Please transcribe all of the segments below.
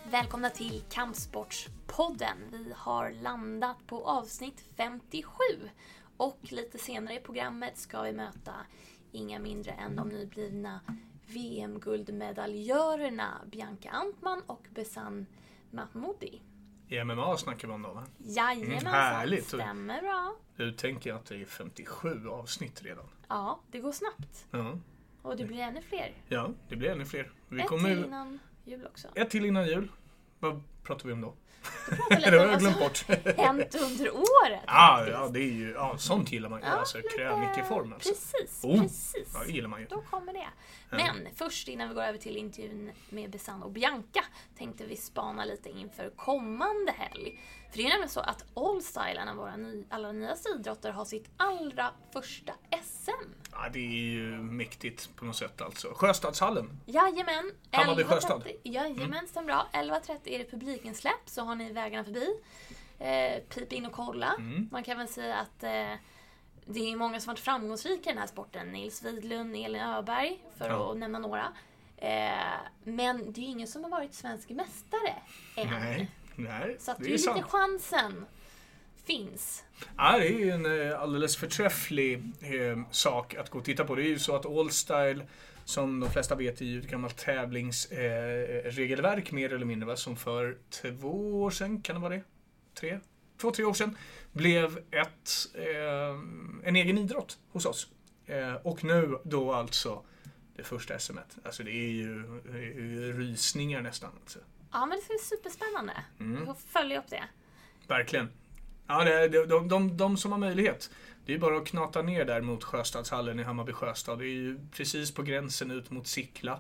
Välkomna till Kampsportspodden. Vi har landat på avsnitt 57 och lite senare i programmet ska vi möta inga mindre än de nyblivna VM-guldmedaljörerna Bianca Antman och Bessan Mahmoudi. I MMA snackar vi om dem, va? Jajamensan, härligt. Stämmer bra. Du tänker att det är 57 avsnitt redan. Ja, det går snabbt. Ja. Och det blir ännu fler. Ja, det blir ännu fler. Ett till innan jul också. Ett till innan jul. Vad pratar vi om då? Det har jag glömt bort. Hänt under året. Ja, det är ju, sånt gillar man ju. Ja, alltså krönik i form. Alltså. Precis. Ja, det gillar man ju. Då kommer det. Men först innan vi går över till intervjun med Bessan och Bianca tänkte vi spana lite inför kommande helg. För det är nämligen så att Allstyle, en av våra allra nyaste idrottare, har sitt allra första SM. Ja, det är ju mäktigt på något sätt alltså. Sjöstadshallen. Jajamän. Hammarby Sjöstad. Jajamän, stämmer bra. 11.30 är det publikensläpp, så har ni vägarna förbi. Pip in och kolla. Man kan väl säga att det är många som varit framgångsrika i den här sporten. Nils Widlund, Elin Öberg, för att nämna några. Men det är ingen som har varit svensk mästare än. Nej, så att det är lite sant. Chansen finns. Ja, det är ju en alldeles förträfflig sak att gå och titta på. Det är ju så att Allstyle, som de flesta vet, är ju ett gammalt tävlingsregelverk mer eller mindre, va? Som för 2 år sedan, kan det vara det? 2-3 år sedan, blev en egen idrott hos oss. Och nu då alltså det första SM-et. Alltså det är ju rysningar nästan. Alltså. Ja, men det är superspännande. Vi får följa upp det. Verkligen. Ja, de som har möjlighet. Det är bara att knata ner där mot Sjöstadshallen i Hammarby Sjöstad. Det är ju precis på gränsen ut mot Sickla.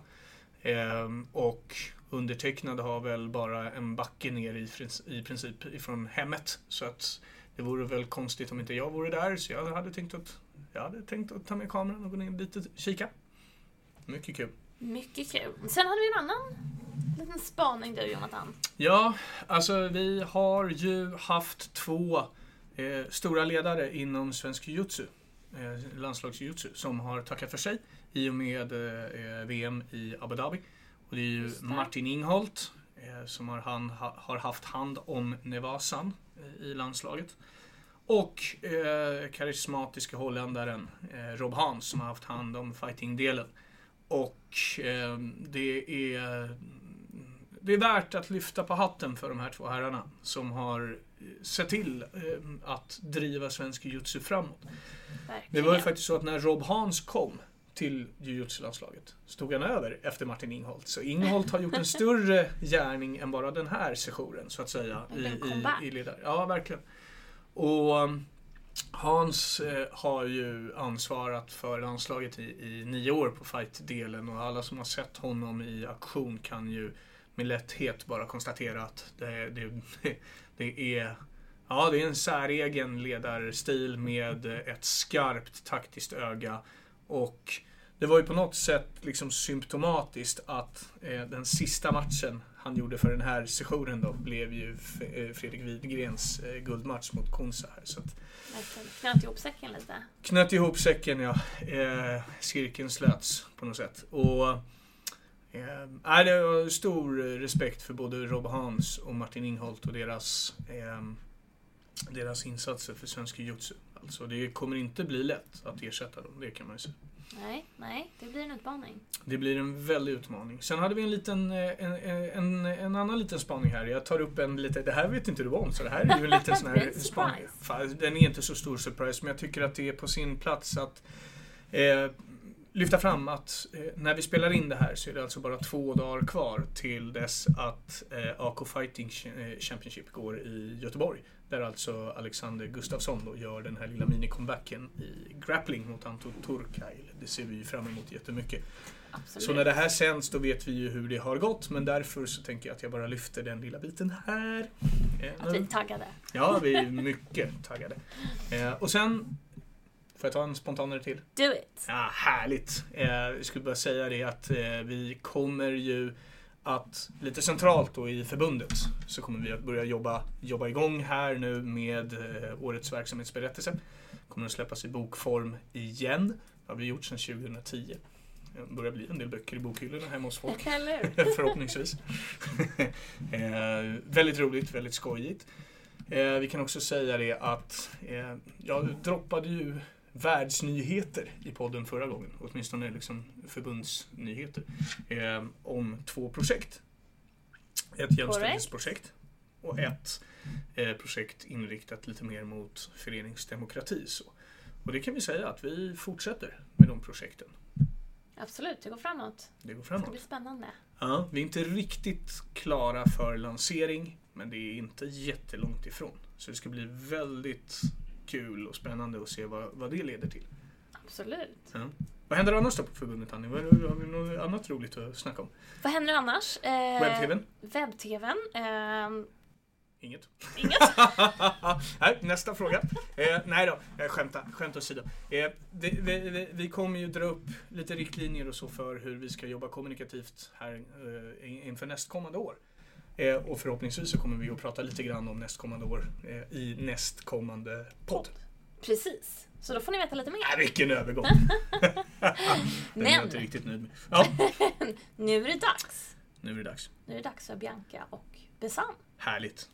Och undertecknade har väl bara en backe ner i princip ifrån hemmet. Så att det vore väl konstigt om inte jag vore där. Så jag hade tänkt att ta med kameran och gå ner dit och kika. Mycket kul. Mycket kul. Sen hade vi en annan liten spaning du, Jonathan. Ja, alltså vi har ju haft 2 stora ledare inom svensk jiu-jitsu, landslags-jiu-jitsu, som har tackat för sig i och med VM i Abu Dhabi. Och det är ju Martin Ingholt som har haft hand om Nevasan i landslaget. Och karismatiska holländaren Rob Hans som har haft hand om fighting-delen. Och det är värt att lyfta på hatten för de här 2 herrarna som har sett till att driva svensk jiu-jitsu framåt. Verkligen. Det var ju faktiskt så att när Rob Hans kom till jiu-jitsu-landslaget stod han över efter Martin Ingholt. Så Ingholt har gjort en större gärning än bara den här sessionen, så att säga, i ledare. Ja, verkligen. Och Hans har ju ansvarat för landslaget i 9 år på fight-delen, och alla som har sett honom i aktion kan ju med lätthet bara konstatera att det är en säregen ledarstil med ett skarpt taktiskt öga. Och det var ju på något sätt liksom symptomatiskt att den sista matchen han gjorde för den här sessionen då blev ju Fredrik Widgrens guldmatch mot Konsa här. Så att knöt ihop säcken lite. Knöt ihop säcken, ja. Cirkeln slöts på något sätt. Och det var stor respekt för både Rob Hans och Martin Ingholt och deras insatser för svensk jiu-jitsu. Alltså det kommer inte bli lätt att ersätta dem, det kan man ju säga. Nej, det blir en utmaning. Det blir en väldig utmaning. Sen hade vi en annan liten spaning här. Jag tar upp det här vet inte du om, så det här är ju en liten sån här spaning. Den är inte så stor surprise, men jag tycker att det är på sin plats att lyfta fram att när vi spelar in det här så är det alltså bara 2 dagar kvar till dess att AK Fighting Championship går i Göteborg. Där alltså Alexander Gustafsson då gör den här lilla mini-comebacken i grappling mot Anton Turkay. Det ser vi ju fram emot jättemycket. Absolut. Så när det här sänds då vet vi ju hur det har gått, men därför så tänker jag att jag bara lyfter den lilla biten här. Att vi är taggade. Ja, vi är mycket taggade. Och sen får jag ta en spontanare till? Do it! Ja, härligt. Jag skulle bara säga det att vi kommer ju att lite centralt då i förbundet så kommer vi att börja jobba igång här nu med årets verksamhetsberättelse. Kommer att släppas i bokform igen. Det har vi gjort sedan 2010. Det börjar bli en del böcker i bokhyllorna hemma hos folk. Eller? Förhoppningsvis. Väldigt roligt, väldigt skojigt. Vi kan också säga det att jag droppade ju världsnyheter i podden förra gången. Åtminstone liksom förbundsnyheter. Om 2 projekt. Ett jämställdhetsprojekt och ett projekt inriktat lite mer mot föreningsdemokrati. Så. Och det kan vi säga att vi fortsätter med de projekten. Absolut, det går framåt. Det går framåt. Det blir spännande. Ja, vi är inte riktigt klara för lansering, men det är inte jättelångt ifrån. Så det ska bli väldigt kul och spännande att se vad det leder till. Absolut. Ja. Vad händer annars då på förbundet, Annie? Har vi något annat roligt att snacka om? Vad händer annars? Webb-tvn? Webb-tvn. Inget. Nej, nästa fråga. Nej då, skämt åsido. Vi kommer ju dra upp lite riktlinjer och så för hur vi ska jobba kommunikativt här inför nästkommande år. Och förhoppningsvis så kommer vi att prata lite grann om nästkommande år i nästkommande podd. Precis. Så då får ni veta lite mer. Vilken övergång. Den är jag inte riktigt nöjd med. Ja. Nu är det dags. Nu är det dags för Bianca och Bessan. Härligt.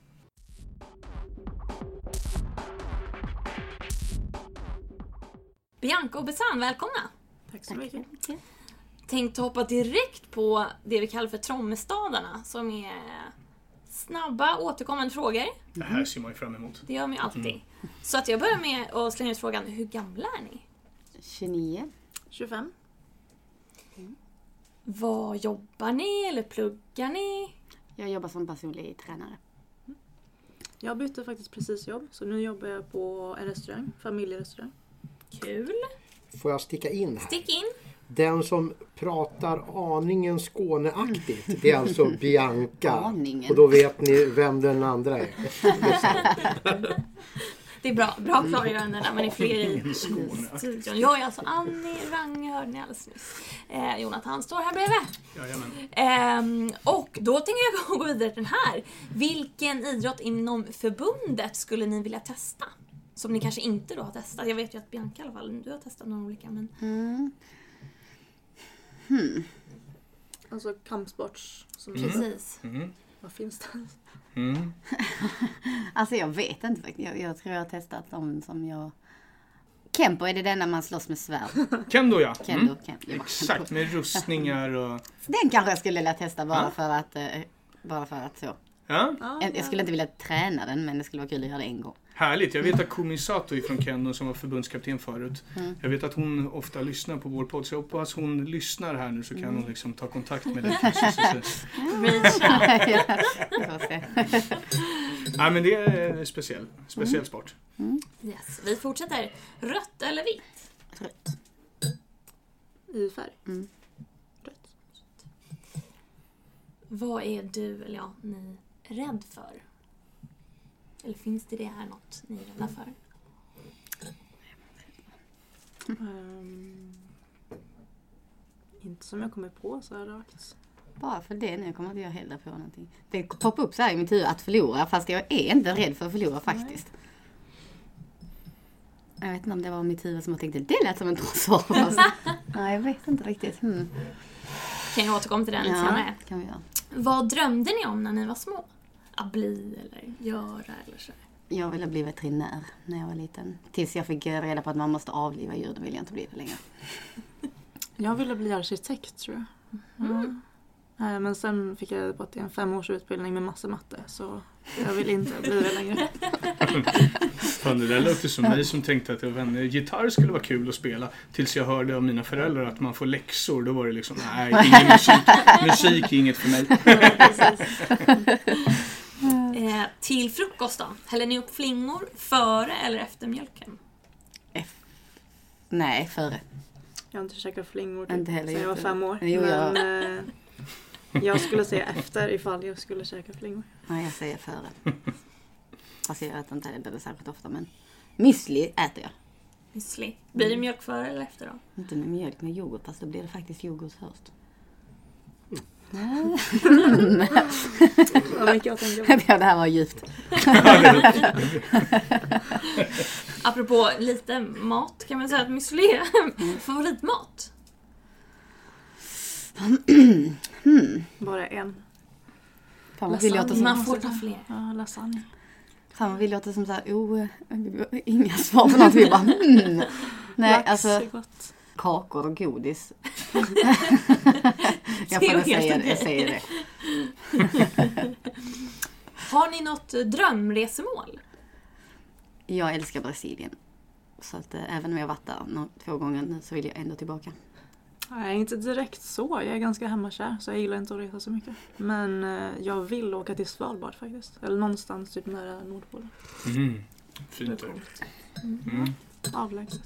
Bianca och Bessan, välkomna. Tack så mycket. Tänkte hoppa direkt på det vi kallar för trommestadarna, som är snabba återkommande frågor. Det här ser man ju fram emot. Det gör man ju alltid. Så att jag börjar med att slänga ut frågan, hur gamla är ni? 29. 25. Vad jobbar ni eller pluggar ni? Jag jobbar som personlig tränare. Jag bytte faktiskt precis jobb, så nu jobbar jag på en restaurang, familjerestaurang. Kul. Får jag sticka in här? Stick in. Den som pratar aningen Skåneaktigt, det är alltså Bianca. Aningen. Och då vet ni vem den andra är. Det är bra klargörande när man är fler i studion. Jag är alltså Annie Range, hörde ni alldeles nyss. Jonathan står här bredvid. Och då tänker jag gå vidare till den här. Vilken idrott inom förbundet skulle ni vilja testa? Som ni kanske inte då har testat. Jag vet ju att Bianca i alla fall, du har testat några olika. Men... Alltså kampsports. Som Precis. Vad finns det? Alltså jag vet inte faktiskt. Jag tror jag har testat dem som jag... Kempo är det den när man slåss med svärd. Kendo, ja. Kendo. Exakt, med rustningar och... Den kanske jag skulle vilja testa bara för att så. Ja? Jag skulle inte vilja träna den, men det skulle vara kul att göra det en gång. Härligt. Jag vet att Kumisato från Kendo som var förbundskapten förut. Jag vet att hon ofta lyssnar på vår podd. Så jag hoppas hon lyssnar här nu så kan hon liksom ta kontakt med dig. Ja, men det är en speciell sport. Yes. Vi fortsätter. Rött eller vitt? Rött. I färg? Rött. Vad är du eller ni rädd för? Eller finns det här något ni är rädda för? Inte som jag kommer på så här rakt. Bara för det nu kommer inte jag heller på någonting. Det poppar upp så här i mitt huvud att förlora, fast jag är inte rädd för att förlora faktiskt. Nej. Jag vet inte om det var mitt huvud som jag tänkte, det lät som en svar. Nej, jag vet inte riktigt. Kan jag återkomma till den lite senare? Kan vi göra. Vad drömde ni om när ni var små? Att bli eller göra eller så? Jag ville bli veterinär när jag var liten. Tills jag fick reda på att man måste avliva djur, då ville jag inte bli det längre. Jag ville bli arkitekt, tror jag. Men sen fick jag reda på att det är en 5-årsutbildning med massa matte. Så jag vill inte bli det längre. Fan, det där låter som mig som tänkte att gitarr skulle vara kul att spela. Tills jag hörde av mina föräldrar att man får läxor. Då var det liksom, nej, ingen musik är inget för mig. Till frukost då? Häller ni upp flingor före eller efter mjölken? Nej, före. Jag har inte käkat flingor inte heller sen jag var 5 år. Jo, men jag skulle säga efter ifall jag skulle käka flingor. Nej, jag säger före. Fast jag äter inte det särskilt ofta, men müsli äter jag. Müsli. Blir det mjölk före eller efter då? Inte med mjölk, med yoghurt. Fast då blir det faktiskt yoghurt först. Vad mycket jag tänker på. Ja, det här var djupt. Apropå lite mat kan man säga att müsli är favoritmat. Bara en. Fan, vill jag man får ta fler. Ja, lasagne. Fan, vill låta som så här, inga svar på något. Vi bara, Nej, Lax alltså, är gott. kakor och godis. Det är jag helt säger det. Har ni något drömresemål? Jag älskar Brasilien. Så att även om jag varit där 2 gånger nu så vill jag ändå tillbaka. Nej, inte direkt så. Jag är ganska hemmakär så jag gillar inte att resa så mycket. Men jag vill åka till Svalbard faktiskt. Eller någonstans typ nära Nordpolen. Fint. Det är coolt. Avlägset.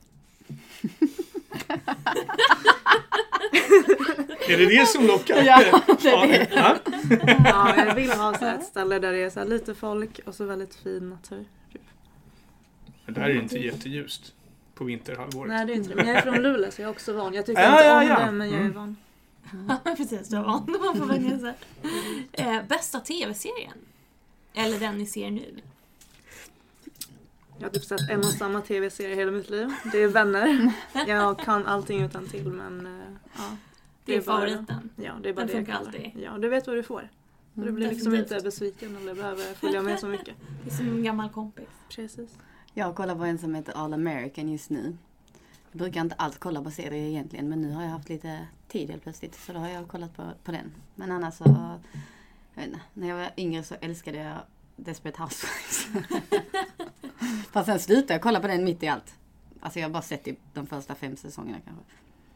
Är det som lockar? Ja, det är det. Ja. Ja, jag vill ha så ett ställe där det är så här lite folk och så väldigt fin natur. Typ. Men där är det inte jätteljust på vinterhalvåret. Nej, det är inte det. Men jag är från Luleå så jag är också van. Jag tycker inte om det, men jag är van. Ja, precis. Du är van. Man får välja sig. Bästa tv-serien? Eller den ni ser nu? Jag har typ sett en och samma tv-serie hela mitt liv. Det är Vänner. Jag kan allting utan till, men ja. Det är bara, favoriten. Ja, det är bara Den det funkar jag kallar. alltid. Ja, du vet vad du får. Så du blir liksom definitivt. inte besviken eller behöver följa med så mycket. Det är som en gammal kompis. Precis. Jag kollar på en som heter All American just nu. Jag brukar inte alls kolla på serier egentligen, men nu har jag haft lite tid helt plötsligt. Så då har jag kollat på den. Men annars så, jag vet inte, när jag var yngre så älskade jag Desperate Housewives. Fast sen slutade jag kolla på den mitt i allt. Alltså jag har bara sett de första 5 säsongerna kanske.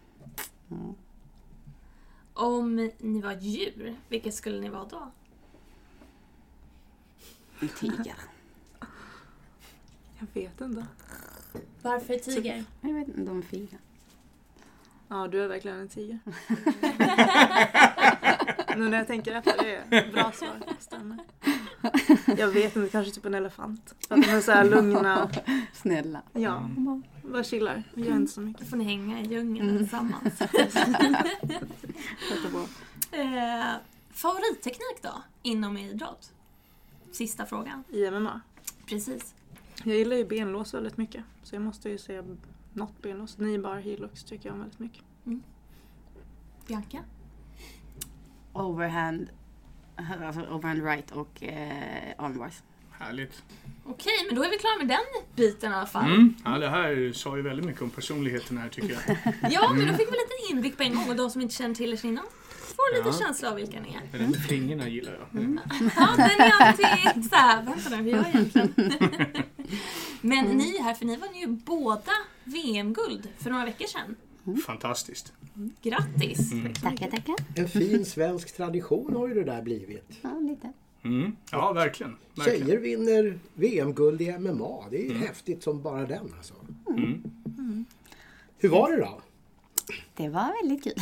Om ni var ett djur, vilket skulle ni vara då? En tiger. Jag vet inte. Varför tiger? Jag vet inte, de är fina. Ja, du är verkligen en tiger. Nu när jag tänker efter, det är bra svar. Stämmer. Jag vet inte, kanske typ en elefant. För att de är så här lugna. Snälla. Ja, bara chillar. Gör inte så mycket. Då får ni hänga i djungeln tillsammans. Favoritteknik då? Inom idrott? Sista frågan. I MMA. Precis. Jag gillar ju benlås väldigt mycket. Så jag måste ju säga något benlås. Knee-bar, heel-hooks tycker jag om väldigt mycket. Bianca? Overhand right och armbars. Härligt. Okej, men då är vi klara med den biten i alla fall. Ja, det här sa ju väldigt mycket om personligheten här tycker jag. Ja, men då fick vi en liten inblick på en gång och de som inte känner till er innan får lite känsla av vilka ni är. Men den med fingrarna gillar jag. Ja, den är alltid såhär, vänta nu, hur gör jag egentligen? Men ni är här, för ni vann ju båda VM-guld för några veckor sedan. Fantastiskt. Grattis! Tackar. En fin svensk tradition har ju det där blivit. Ja, lite. Ja, verkligen. Tjejer vinner VM-guld i MMA. Det är ju häftigt som bara den alltså. Hur var det då? Det var väldigt kul.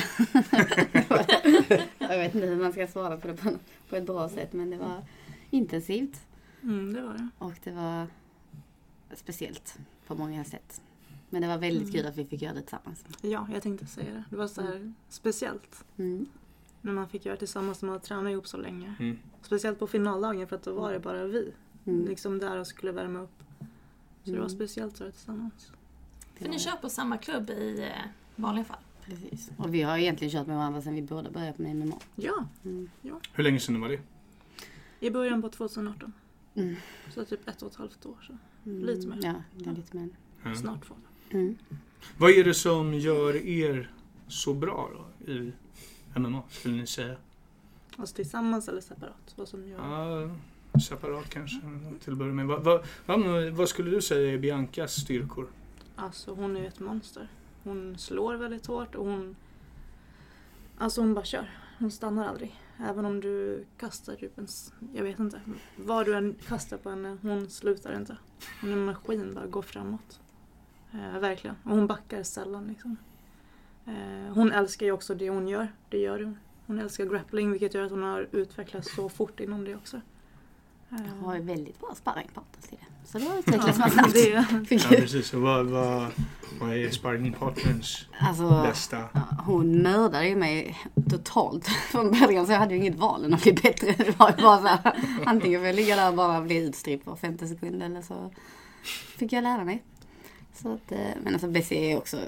Jag vet inte hur man ska svara på det på ett bra sätt, men det var intensivt. Det var det. Och det var speciellt på många sätt. Men det var väldigt kul att vi fick göra det tillsammans. Ja, jag tänkte säga det. Det var så här speciellt. När man fick göra det tillsammans och man tränade ihop så länge. Speciellt på finaldagen för att då var det bara vi. Liksom där och skulle värma upp. Så det var speciellt att göra det tillsammans. För ni kör på samma klubb i vanliga fall. Precis. Och vi har egentligen kört med varandra sedan vi båda började med MMA. Ja. Hur länge sedan var det? I början på 2018. Så typ 1,5 år så. Lite mer. Ja, det är lite mer. Snart 2. Vad är det som gör er så bra då i MMA, skulle ni säga? Alltså tillsammans eller separat? Vad som gör... Ja, separat kanske till att börja med. Vad skulle du säga är Biancas styrkor? Alltså hon är ett monster. Hon slår väldigt hårt och hon bara kör. Hon stannar aldrig. Även om du kastar typ jag vet inte. Vad du än kastar på henne, hon slutar inte. Hon är en maskin, bara går framåt. Verkligen. Och hon backar sällan liksom. Hon älskar ju också det hon gör. Det gör hon. Hon älskar grappling, vilket gör att hon har utvecklats så fort inom det också. Jag har väldigt bra sparringpartners till det. Så då utvecklas man snabbt. Ja, precis. Och vad är sparringpartners bästa? Hon mördade ju mig totalt från början, så jag hade ju inget val än att bli bättre. Det var bara så här, antingen får jag ligga där och bara bli utstrypt på 50 sekunder eller så fick jag lära mig. Så att, men alltså Bessie är också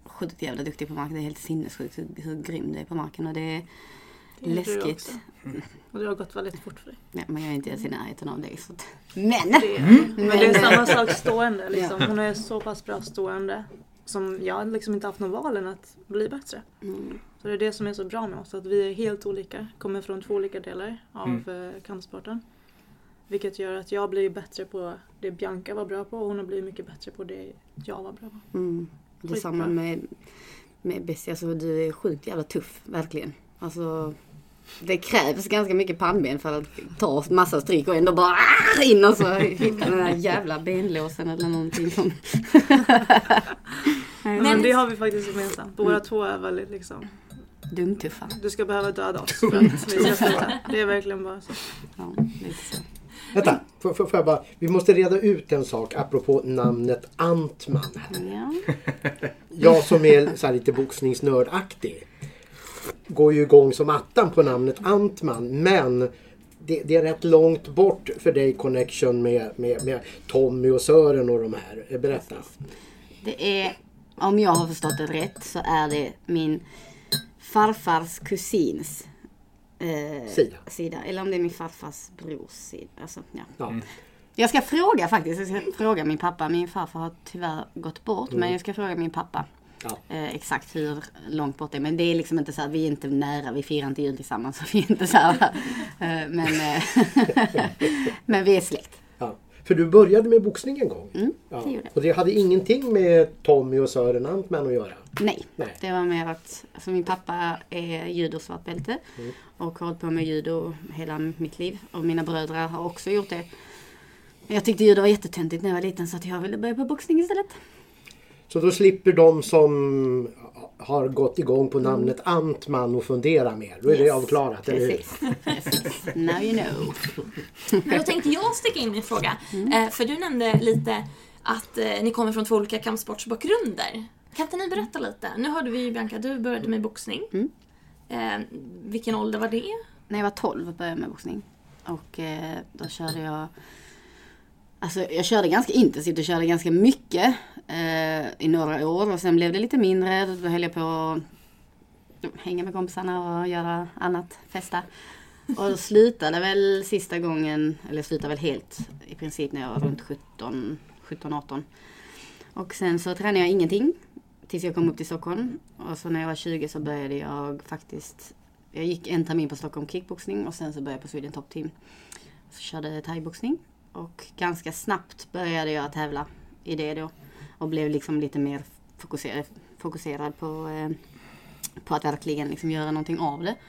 sjukt jävla duktig på marken. Det är helt sinnessjukt hur grym det är på marken. Och det är läskigt. Och det har gått väldigt fort för dig. Ja, men jag är inte ens i närheten av dig. Så Men det är samma sak stående. Liksom. Hon är så pass bra stående. Som jag har liksom inte haft någon val än att bli bättre. Så det är det som är så bra med oss. Att vi är helt olika. Kommer från 2 olika delar av kampsporten. Vilket gör att jag blir bättre på det Bianca var bra på. Och hon har blivit mycket bättre på det jag var bra på. Det är samma med Bessie. Alltså, du är sjukt jävla tuff, verkligen. Alltså, det krävs ganska mycket pannben för att ta massa stryk och ändå bara in och så hitta den där jävla benlåsen eller någonting sånt. Men det har vi faktiskt gemensamt. Båda 2 är väldigt liksom dumtuffa. Du ska behöva döda oss för att vi ska sluta. Det är verkligen bara så. Ja, lite så. Vänta, får jag bara, vi måste reda ut en sak apropå namnet Ant-Man här. Ja. Jag som är så här lite boxningsnördaktig går ju igång som attan på namnet Ant-Man, men det är rätt långt bort för dig connection med Tommy och Sören och de här. Berätta. Det är, om jag har förstått det rätt, så är det min farfars kusins sida. Eller om det är min farfars brors sida. Alltså, ja. Jag ska fråga faktiskt. Jag ska fråga min pappa. Min farfar har tyvärr gått bort. Men jag ska fråga min pappa. Exakt hur långt bort det är. Men det är liksom inte så att vi är inte nära. Vi firar inte jul tillsammans. Så vi är inte så här. Men vi är släkt. Ja. För du började med boxning en gång. Det gjorde. Och det hade ingenting med Tommy och Sören Ant-Man att göra? Nej. Det var mer att alltså min pappa är judosvart bälte och har hållit på med judo hela mitt liv. Och mina bröder har också gjort det. Jag tyckte judo var jättetöntigt när jag var liten så att jag ville börja på boxning istället. Så då slipper de som har gått igång på namnet Ant-Man och fundera mer. Då är det avklarat, eller hur? Precis. Now you know. Men då tänkte jag sticka in min fråga. För du nämnde lite att ni kommer från 2 olika kampsportsbakgrunder. Kan inte ni berätta lite? Nu hörde vi ju Bianca, du började med boxning. Vilken ålder var det? När jag var 12 började jag med boxning. Och då körde jag... Alltså jag körde ganska intensivt och körde ganska mycket i några år. Och sen blev det lite mindre. Då höll jag på att hänga med kompisarna och göra annat, festa. Och då slutade väl sista gången, eller slutade väl helt i princip när jag var runt 17-18. Och sen så tränade jag ingenting tills jag kom upp till Stockholm. Och så när jag var 20 så började jag faktiskt, jag gick en termin på Stockholm kickboxning och sen så började jag på Sweden Top Team. Så körde thaiboxning och ganska snabbt började jag tävla i det då. Och blev liksom lite mer fokuserad på att verkligen liksom göra någonting av det.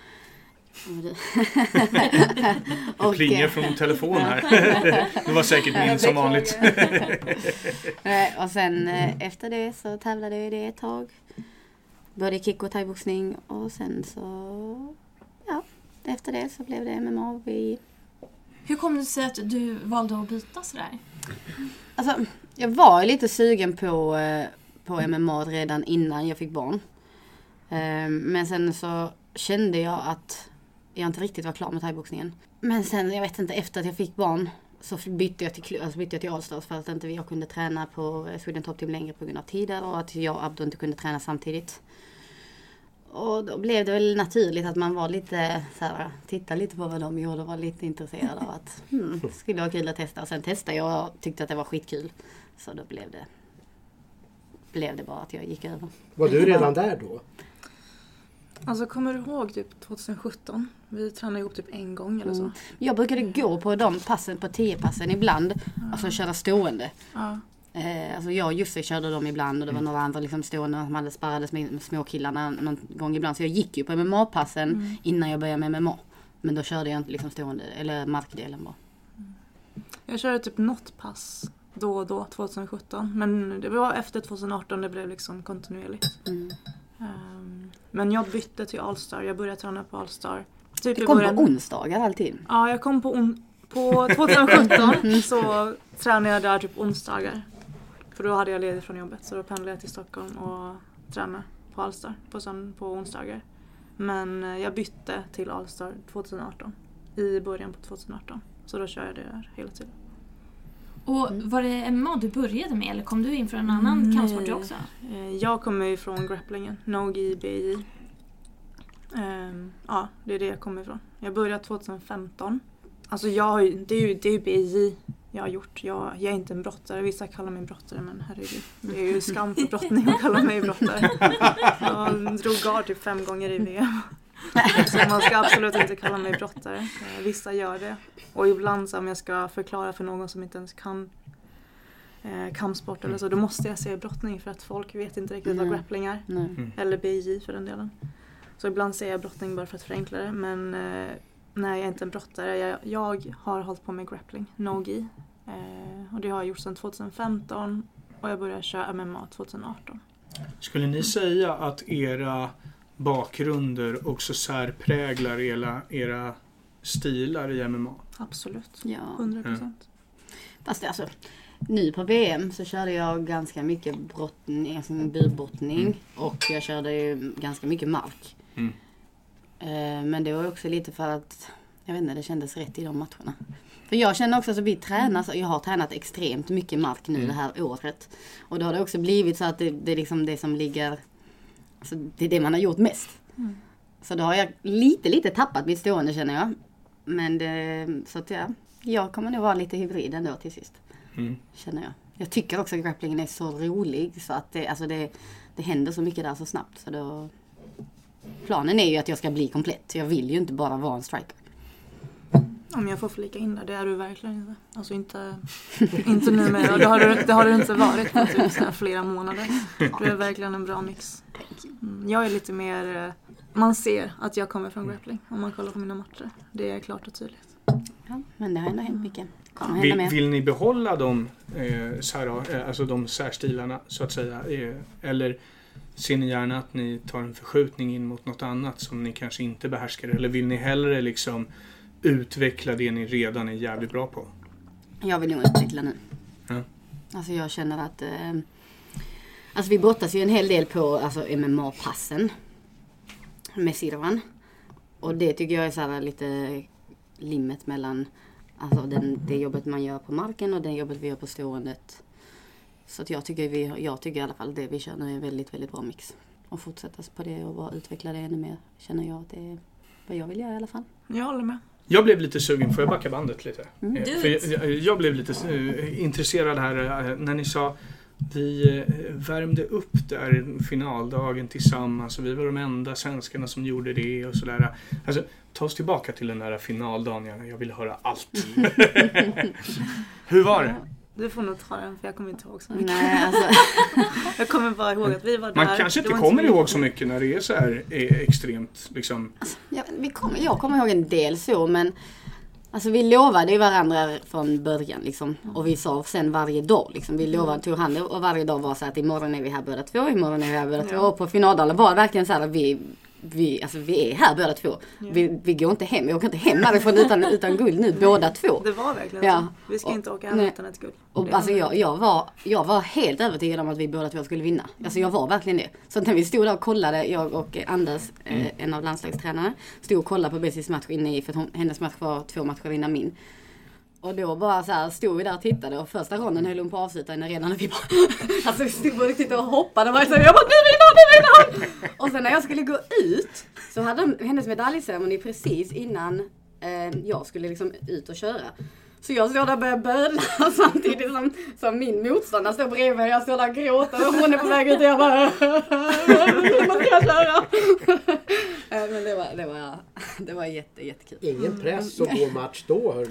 Och plingar från telefon här. Det var säkert min som vanligt. Och sen efter det så tävlade jag i det ett tag. Började kick och thaiboxning och sen så efter det så blev det MMA. Hur kom det sig att du valde att byta sådär? Alltså, jag var lite sugen på MMA redan innan jag fick barn. Men sen så kände jag att jag inte riktigt var klar med thaiboxningen. Men sen, jag vet inte, efter att jag fick barn så bytte jag till Allstars för att inte jag kunde träna på Sweden Top Team längre på grund av tider och att jag och Abdo inte kunde träna samtidigt. Och då blev det väl naturligt att man var lite såhär, titta lite på vad de gjorde och var lite intresserad av att skulle vara kul att testa. Och sen testade jag och tyckte att det var skitkul. Så då blev det bara att jag gick över. Var du redan där då? Alltså kommer du ihåg typ 2017? Vi tränade ihop typ en gång eller så. Jag brukade gå på de passen, på 10-passen ibland. Alltså köra stående. Alltså jag och Jussi körde dem ibland och det var några andra liksom stående. Man hade sparrades med småkillarna någon gång ibland. Så jag gick ju på MMA-passen innan jag började med MMA. Men då körde jag inte liksom stående eller markdelen bara. Jag körde typ något pass då och då 2017. Men det var efter 2018 det blev liksom kontinuerligt. Men jag bytte till Allstar. Jag började träna på Allstar. Typ du kom på onsdagar alltid? Ja, jag kom på 2017 så tränade jag där typ onsdagar. För då hade jag ledigt från jobbet. Så då pendlade jag till Stockholm och tränade på Allstar på onsdagar. Men jag bytte till Allstar 2018. I början på 2018. Så då kör jag det där hela tiden. Och var det MMA du började med eller kom du in från en annan kampsport också? Jag kommer ju från grapplingen, no-gi, BI. Ja, det är det jag kommer ifrån. Jag började 2015. Alltså det är ju BI jag har gjort. Jag är inte en brottare. Vissa kallar mig brottare, men herregud. Det är ju skam för brottning att kalla mig brottare. Jag drog gard typ 5 gånger i VM. Så man ska absolut inte kalla mig brottare. Vissa gör det. Och ibland så om jag ska förklara för någon som inte ens kan kampsport eller så, då måste jag säga brottning för att folk vet inte riktigt vad grappling är. Eller BJ för den delen. Så ibland säger jag brottning bara för att förenkla det. Men nej, jag är inte en brottare. Jag har hållit på med grappling, no-gi. Och det har jag gjort sedan 2015. Och jag började köra MMA 2018. Skulle ni säga att era bakgrunder också särpräglar era stilar i MMA? Absolut, Ja. 100%. Fast alltså, nu på VM så körde jag ganska mycket brottning, alltså burbrottning. Och jag körde ju ganska mycket mark. Men det var också lite för att, jag vet inte, det kändes rätt i de matcherna. För jag känner också att vi tränar, så jag har tränat extremt mycket mark nu det här året. Och då har det också blivit så att det är liksom det som ligger, alltså det är det man har gjort mest. Så då har jag lite tappat mitt stående, känner jag. Men så att jag kommer nog vara lite hybrid ändå till sist. Känner jag. Jag tycker också att grapplingen är så rolig så att det händer så mycket där så snabbt. Så då, planen är ju att jag ska bli komplett. Jag vill ju inte bara vara en striker. Om jag får flika in där, det är du verkligen inte. Alltså inte numera. Det har du inte varit på typ flera månader. Du är verkligen en bra mix. Jag är lite mer, man ser att jag kommer från grappling om man kollar på mina matcher. Det är klart och tydligt. Ja, men det har ändå hänt mycket. Vill ni behålla alltså de särstilarna så att säga? Eller ser ni gärna att ni tar en förskjutning in mot något annat som ni kanske inte behärskar? Eller vill ni hellre liksom utveckla det ni redan är jävligt bra på? Jag vill nog utveckla nu. Ja. Alltså jag känner att alltså vi brottas ju en hel del på alltså MMA-passen med Sirvan. Och det tycker jag är så här lite limmet mellan alltså det jobbet man gör på marken och det jobbet vi gör på ståendet. Så att jag tycker i alla fall det vi kör nu är en väldigt, väldigt bra mix. Och fortsätta på det och utveckla det ännu mer känner jag att det är vad jag vill göra i alla fall. Jag håller med. Jag blev lite sugen, får jag backa bandet lite? För jag blev lite intresserad här när ni sa vi värmde upp där finaldagen tillsammans och vi var de enda svenskarna som gjorde det och sådär. Alltså, ta oss tillbaka till den där finaldagen, jag vill höra allt. Hur var det? Du får nog ta den för jag kommer inte ihåg så mycket. Nej, alltså. Jag kommer bara ihåg att vi var där. Man kanske inte kommer ihåg så mycket när det är så här extremt liksom. Alltså, jag kommer ihåg en del så, men alltså vi lovade ju varandra från början liksom. Och vi sa sen varje dag liksom. Vi lovade, tog hand och varje dag var så att imorgon är vi här båda två, imorgon är vi här båda två. Och på finaldagen var det verkligen så här att vi är här båda två. Ja. Vi går inte hem. Vi åker inte hem härifrån utan guld nu, båda två. Det var verkligen så. Vi ska inte åka hem utan ett guld. Och alltså jag var helt övertygad om att vi båda två skulle vinna. Alltså jag var verkligen det. Så när vi stod där och kollade, jag och Anders, en av landslagstränarna, stod och kollade på Bessis match inne i, för hennes match var 2 matcher innan min. Och då bara så här stod vi där och tittade och första ronden höll hon på att avsluta innan redan och vi bara alltså vi stod och tittade och hoppade och jag bara nu vinner han! Och sen när jag skulle gå ut så hade hennes medaljceremoni precis innan jag skulle liksom ut och köra. Så jag står där och börjar böla samtidigt som min motståndare står bredvid mig. Jag står där och gråter och hon är på väg ut och jag bara vad ska jag köra? Men det var jättekul. Ingen press och gå match då.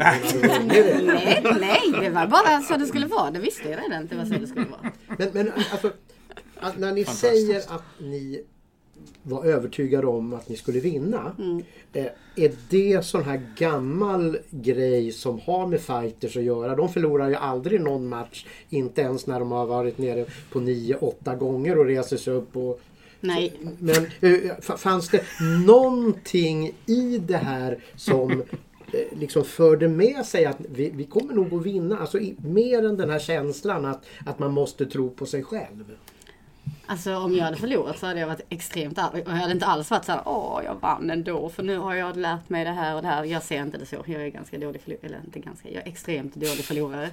Nej, det var bara så det skulle vara. Det visste jag redan, det var så det skulle vara. Men alltså, när ni säger att ni var övertygade om att ni skulle vinna. Är det sån här gammal grej som har med fighters att göra? De förlorar ju aldrig någon match, inte ens när de har varit nere på 9-8 gånger och reser sig upp och nej. Men fanns det någonting i det här som liksom förde med sig att vi kommer nog att vinna? Alltså mer än den här känslan att man måste tro på sig själv. Alltså om jag hade förlorat så hade jag varit extremt arg. Och jag hade inte alls varit så här, jag vann ändå. För nu har jag lärt mig det här och det här. Jag ser inte det så. Jag är ganska dålig förlorare. Eller inte ganska, jag är extremt dålig förlorare.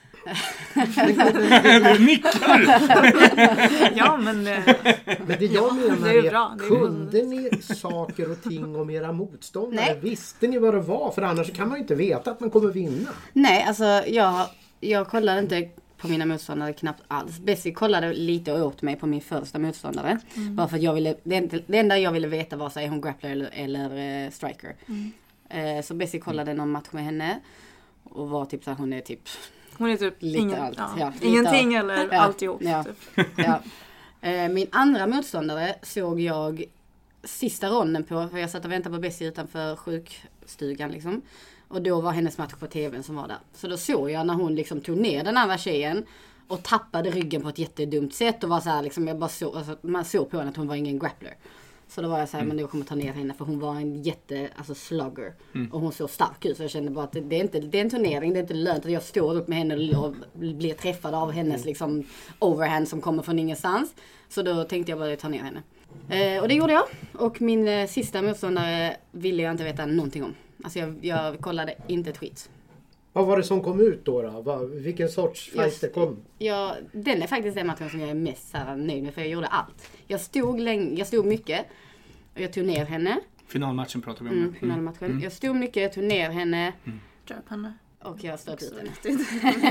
Du nickar! Ja, men det jag menar det är bra. Kunde ni saker och ting om era motståndare? Nej. Visste ni vad det var? För annars kan man ju inte veta att man kommer vinna. Nej, alltså jag kollade inte på mina motståndare knappt alls. Bessie kollade lite åt mig på min första motståndare. Bara för att jag ville, det enda jag ville veta var så är hon grappler eller striker. Så Bessie kollade någon match med henne. Och var typ så här, hon är typ lite allt. Ja, ingenting eller alltihop. Ja. Typ. Ja. Min andra motståndare såg jag sista ronden på. För jag satt och väntade på Bessie utanför sjukstugan liksom. Och då var hennes match på tvn som var där. Så då såg jag när hon liksom tog ner den andra tjejen. Och tappade ryggen på ett jättedumt sätt. Och var så här liksom, jag bara såg, alltså, man såg på henne att hon var ingen grappler. Så då var jag så här, men jag kommer ta ner henne för hon var en slugger. Och hon såg stark ut, så jag kände bara att det är en turnering, det är inte lönt att jag står upp med henne och blir träffad av hennes liksom overhand som kommer från ingenstans. Så då tänkte jag bara ta ner henne. Och det gjorde jag. Och min sista motståndare ville jag inte veta någonting om. Alltså jag kollade inte ett skit. Vad var det som kom ut då? Vilken sorts fight det kom? Ja, den är faktiskt den matchen som jag är mest nöjd med, för jag gjorde allt. Jag stod mycket och jag tog ner henne. Finalmatchen pratar vi om. Finalmatchen. Jag stod mycket, jag tog ner henne. Dröp henne. Och jag stöt ut henne.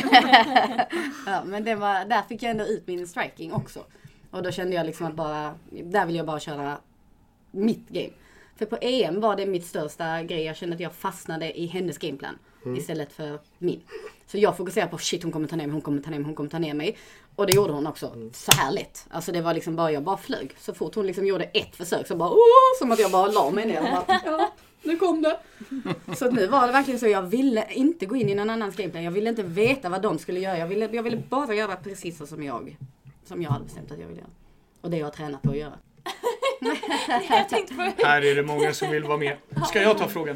Ja, men där fick jag ändå ut min striking också. Och då kände jag liksom att där vill jag bara köra mitt game. För på EM var det mitt största grej. Jag kände att jag fastnade i hennes gameplan. Istället för min. Så jag fokuserade på shit, hon kommer ta ner mig. Och det gjorde hon också. Så här lätt. Alltså det var liksom jag bara flög. Så fort hon liksom gjorde ett försök så bara som att jag bara la mig ner och bara, ja, nu kom det. Så nu var det verkligen så, jag ville inte gå in i någon annans gameplan. Jag ville inte veta vad de skulle göra. Jag ville bara göra precis så som jag hade bestämt att jag ville göra. Och det jag har tränat på att göra. Jag tänkte på... Här är det många som vill vara med. Ska jag ta frågan?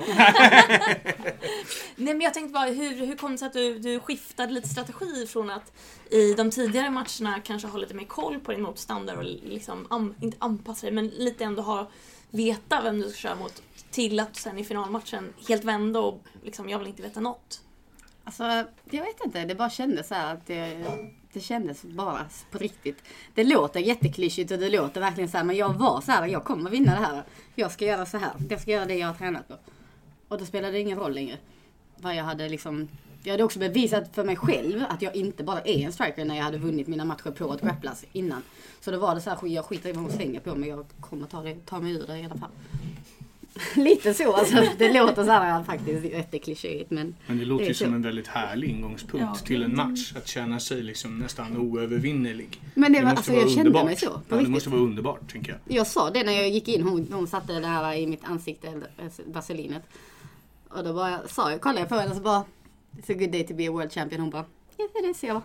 Nej, men jag tänkte bara, hur kom det sig att du skiftade lite strategi från att i de tidigare matcherna kanske ha lite mer koll på din motståndare och liksom inte anpassa dig, men lite ändå veta vem du ska köra mot, till att sen i finalmatchen helt vända och liksom, jag vill inte veta något. Alltså, jag vet inte. Det bara kändes så här att det kändes bara på riktigt. Det låter jätteklyschigt och det låter verkligen så här, men jag var så här, jag kommer vinna det här. Jag ska göra så här. Jag ska göra det jag har tränat på. Och då spelade det ingen roll längre. Vad jag hade också bevisat för mig själv att jag inte bara är en striker när jag hade vunnit mina matcher på att grapplas innan. Så då var det så här, jag skiter i vad hon slänger på mig. Jag kommer ta mig ur det i alla fall. Lite så, alltså, det låter så här faktiskt jätteklichéigt, men det låter ju som en väldigt härlig ingångspunkt till en match, att känna sig liksom nästan oövervinnerlig. Men jag kände mig så. Det måste vara underbart, tänker jag. Jag sa det när jag gick in, hon satte det här i mitt ansikte, vaselinet. Och då kollade jag på henne och så bara, it's a good day to be a world champion. Hon bara, ja, det ser jag.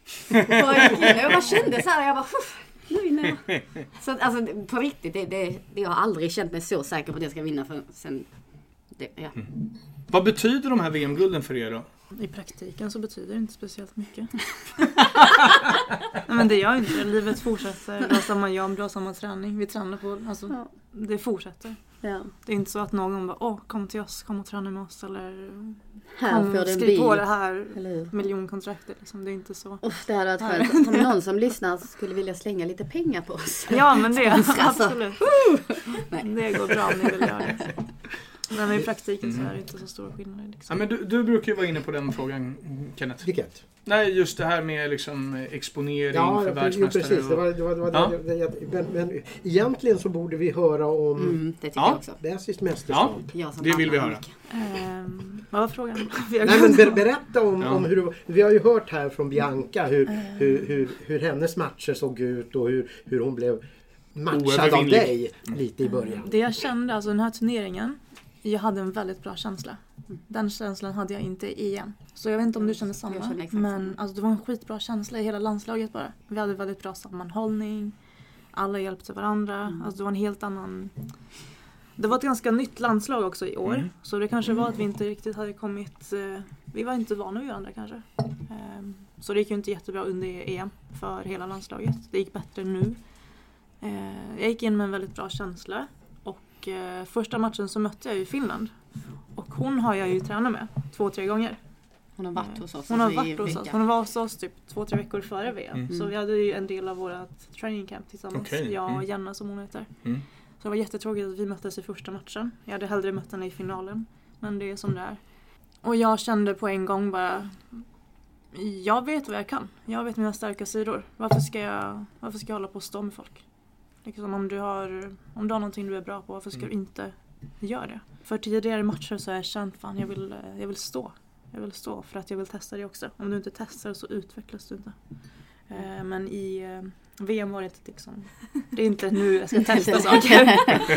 Jag bara kände så här, jag bara, nu vinner jag. Så alltså, på riktigt, jag har aldrig känt mig så säker på att jag ska vinna för sen. Vad betyder de här VM-gulden för er då? I praktiken så betyder det inte speciellt mycket. Nej, men det gör inte. Livet fortsätter. Vi har samma jobb, vi har samma träning. Vi tränar på, alltså, det fortsätter. Ja. Det är inte så att någon bara, kom till oss, kom och träna med oss. Eller skriv på det här miljonkontraktet. Liksom. Det är inte så. Det hade varit skönt om någon som lyssnar skulle vilja slänga lite pengar på oss. Ja, men det är absolut. Det går bra om ni vill göra det. Men i praktiken så är det inte så stora skillnader. Liksom. Ja, men du brukar ju vara inne på den frågan, Kenneth. Vilket? Nej, just det här med liksom exponering för världsmästare. Precis. Men egentligen så borde vi höra om det tycker jag också. Bästiskt mästerskap. Ja, det vill vi höra. Vad var frågan? Nej, men berätta om hur vi har ju hört här från Bianca hur hennes matcher såg ut och hur hon blev matchad av dig lite i början. Det jag kände, alltså den här turneringen, jag hade en väldigt bra känsla. Den känslan hade jag inte i EM. Så jag vet inte om du kände samma. Men alltså, det var en skitbra känsla i hela landslaget bara. Vi hade väldigt bra sammanhållning. Alla hjälpte varandra. Alltså, det var en helt annan... Det var ett ganska nytt landslag också i år. Så det kanske var att vi inte riktigt hade kommit... Vi var inte vana vid varandra kanske. Så det gick ju inte jättebra under EM för hela landslaget. Det gick bättre nu. Jag gick in med en väldigt bra känsla. Och första matchen så mötte jag ju Finland. Och hon har jag ju tränat med 2-3 gånger. Hon har varit hos oss. Hon var hos oss typ 2-3 veckor före VM. Så vi hade ju en del av vårt training camp tillsammans. Jag och Jenna som hon heter. Så det var jättetråkigt att vi möttes i första matchen. Jag hade hellre mött henne i finalen. Men det är som det är. Och jag kände på en gång bara... Jag vet vad jag kan. Jag vet mina starka sidor. Varför ska jag hålla på och stå med folk? Liksom om du har någonting du är bra på, varför ska du inte göra det? För tidigare matcher så har jag känt fan, jag vill stå. Jag vill stå för att jag vill testa det också. Om du inte testar så utvecklas du inte. Men i VM var det inte liksom... Det är inte nu jag ska testa saker.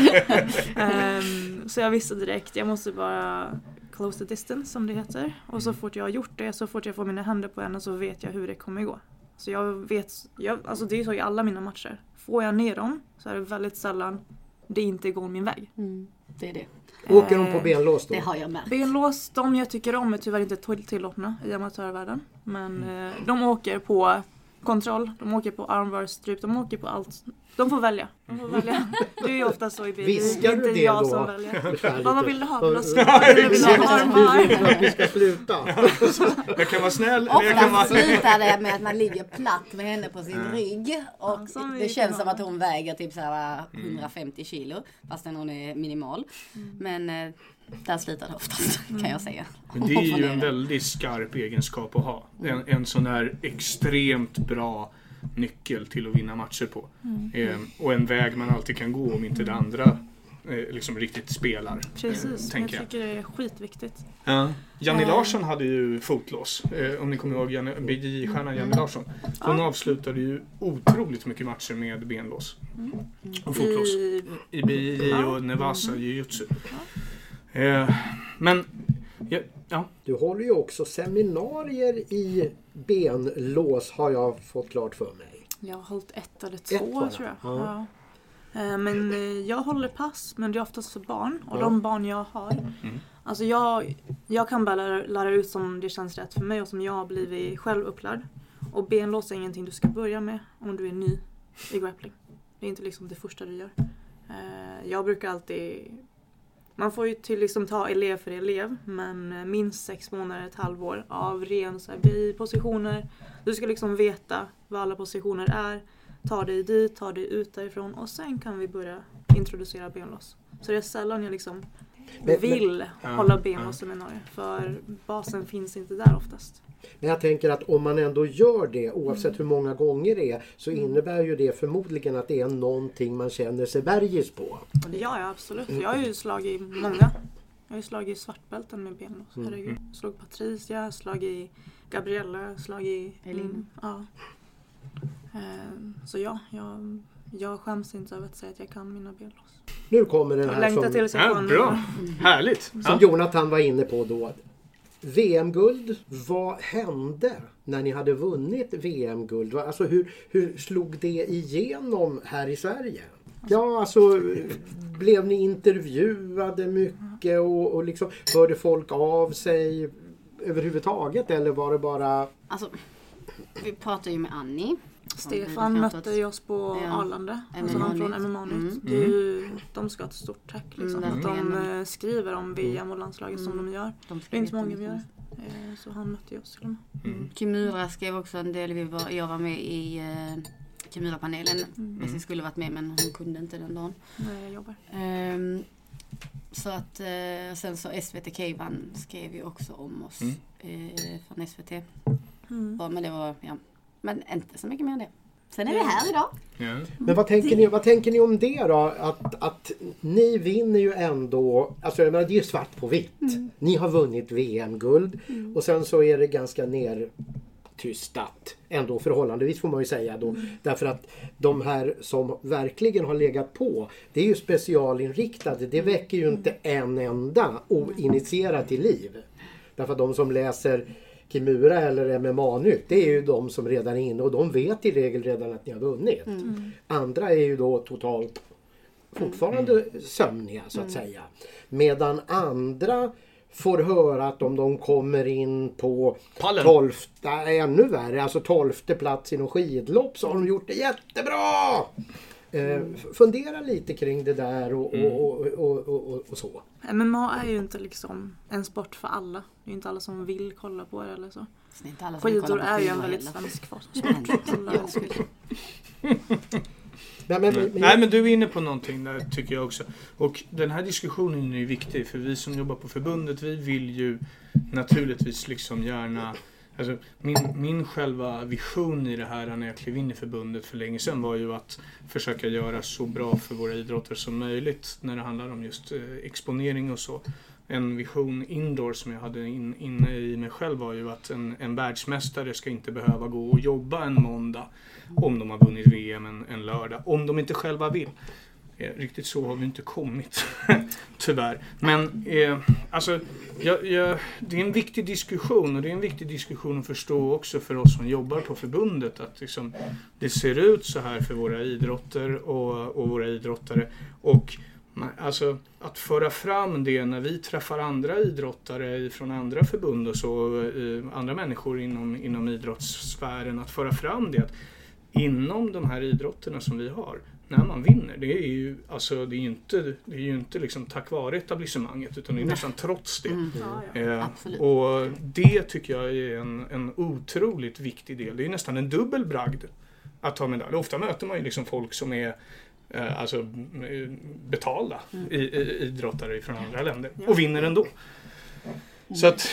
Så jag visste direkt, jag måste bara close the distance som det heter. Och så fort jag har gjort det, så fort jag får mina händer på henne så vet jag hur det kommer gå. Så jag vet, alltså det är så i alla mina matcher. Får jag ner dem så är det väldigt sällan det inte går min väg. Det är det. Åker de på benlås då? Det har jag märkt. Benlås, de jag tycker om är tyvärr inte tillåtna i amatörvärlden. Men de åker på kontroll, de åker på armvarstryp, de åker på allt. De får välja. Det är ju ofta så i BJ. Viskar du det jag då? Som väljer. Vad vill du ha? Vill du ha att vi ska sluta? Jag kan vara snäll. Ofta slutar det med att man ligger platt med henne på sin rygg. Och det känns som att hon väger typ så här 150 kilo. Fastän hon är minimal. Men där slutar det oftast, kan jag säga. Men det är ju en väldigt skarp egenskap att ha. En sån här extremt bra nyckel till att vinna matcher på. Och en väg man alltid kan gå om inte det andra liksom riktigt spelar. Precis, jag tycker det är skitviktigt. Ja. Janne Larsson hade ju fotlås. Om ni kommer ihåg BJ-stjärnan Janne Larsson. Hon avslutade ju otroligt mycket matcher med benlås. Och fotlås. I BJ och Nevasa Jiu-Jitsu. Men ja. Du håller ju också seminarier i benlås, har jag fått klart för mig. Jag har hållit 1 eller 2 tror jag. Ja. Men jag håller pass, men det är oftast för barn. Och de barn jag har. Alltså jag kan bara lära ut som det känns rätt för mig och som jag har blivit själv upplärd. Och benlås är ingenting du ska börja med om du är ny i grappling. Det är inte liksom det första du gör. Jag brukar alltid... Man får ju till liksom ta elev för elev, men minst 6 månader, ett halvår av ren BI-positioner. Du ska liksom veta vad alla positioner är. Ta dig dit, ta dig ut därifrån och sen kan vi börja introducera benlås. Så det är sällan jag liksom vill hålla benlåsseminarier, för basen finns inte där oftast. Men jag tänker att om man ändå gör det, oavsett hur många gånger det är, så innebär ju det förmodligen att det är någonting man känner sig bergis på. Ja, absolut. Jag har ju slagit många. Jag har ju slagit svartbälten med benlås. Herregud. Jag slog Patricia, slagit Gabriella, slagit Elin. Ja. Så jag skäms inte över att säga att jag kan mina benlås. Nu kommer den här som... bra. Härligt. Som Jonathan var inne på då. VM-guld, vad hände när ni hade vunnit VM-guld? Alltså hur slog det igenom här i Sverige? Ja, alltså blev ni intervjuade mycket och liksom hörde folk av sig överhuvudtaget, eller var det bara... Alltså, vi pratade ju med Annie. Stefan mötte ju oss på Arlanda. Alltså han från MMA Nytt. De ska ha ett stort tack. Liksom. Att de skriver om VM och landslaget som de gör. Det är inte många vi gör. Så han mötte ju oss. Kimura skrev också en del. Jag var med i Kimura-panelen. Bessie skulle varit med, men hon kunde inte den dagen. Nej, jag jobbar. Så att sen så SVT Keivan skrev ju också om oss från SVT. Men det var... Ja. Men inte så mycket mer än det. Sen är vi här idag. Ja. Men vad tänker ni om det då? Att ni vinner ju ändå, alltså jag menar, det är ju svart på vitt. Ni har vunnit VM-guld och sen så är det ganska nertystat ändå förhållandevis, får man ju säga då. Därför att de här som verkligen har legat på, det är ju specialinriktade. Det väcker ju inte en enda oinitierad till liv. Därför att de som läser Kimura eller MMA-nytt, det är ju de som redan är inne och de vet i regel redan att ni har vunnit. Andra är ju då totalt fortfarande sömniga så att säga. Medan andra får höra att om de kommer in på 12:e, ännu värre, alltså 12:e plats i någon skidlopp, så har de gjort det jättebra! Fundera lite kring det där och så. MMA är ju inte liksom en sport för alla. Det är inte alla som vill kolla på det eller så. Skidor är ju en väldigt svensk sport. Nej, men du är inne på någonting där, tycker jag också. Och den här diskussionen är ju viktig, för vi som jobbar på förbundet, vi vill ju naturligtvis liksom gärna... Alltså, min själva vision i det här när jag klev in i förbundet för länge sedan var ju att försöka göra så bra för våra idrotter som möjligt när det handlar om just exponering och så. En vision indoor som jag hade inne i mig själv var ju att en världsmästare ska inte behöva gå och jobba en måndag om de har vunnit VM en lördag, om de inte själva vill. Riktigt så har vi inte kommit, tyvärr. Men alltså, det är en viktig diskussion, och det är en viktig diskussion att förstå också för oss som jobbar på förbundet, att liksom, det ser ut så här för våra idrotter och våra idrottare. Och alltså, att föra fram det när vi träffar andra idrottare från andra förbund och så, andra människor inom idrottssfären, att föra fram det att inom de här idrotterna som vi har, när man vinner, det är ju alltså, det är ju inte liksom tack vare etablissemanget, utan det är nästan trots det. Och det tycker jag är en otroligt viktig del. Det är nästan en dubbel bragd att ta medalj. Ofta möter man ju liksom folk som är alltså betalda idrottare från andra länder och vinner ändå. Så att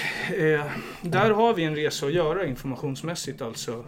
där har vi en resa att göra informationsmässigt alltså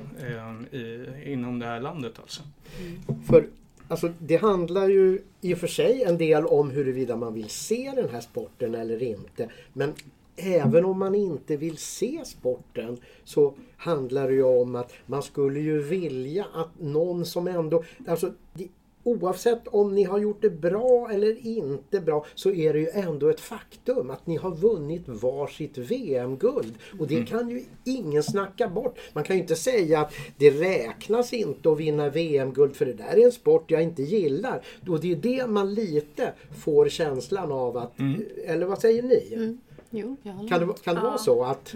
inom det här landet alltså. För alltså, det handlar ju i och för sig en del om huruvida man vill se den här sporten eller inte. Men även om man inte vill se sporten så handlar det ju om att man skulle ju vilja att någon som ändå... Alltså, oavsett om ni har gjort det bra eller inte bra, så är det ju ändå ett faktum att ni har vunnit varsitt VM-guld. Och det kan ju ingen snacka bort. Man kan ju inte säga att det räknas inte att vinna VM-guld, för det där är en sport jag inte gillar. Och det är det man lite får känslan av att... Eller vad säger ni? Jo, jag håller kan det vara så att...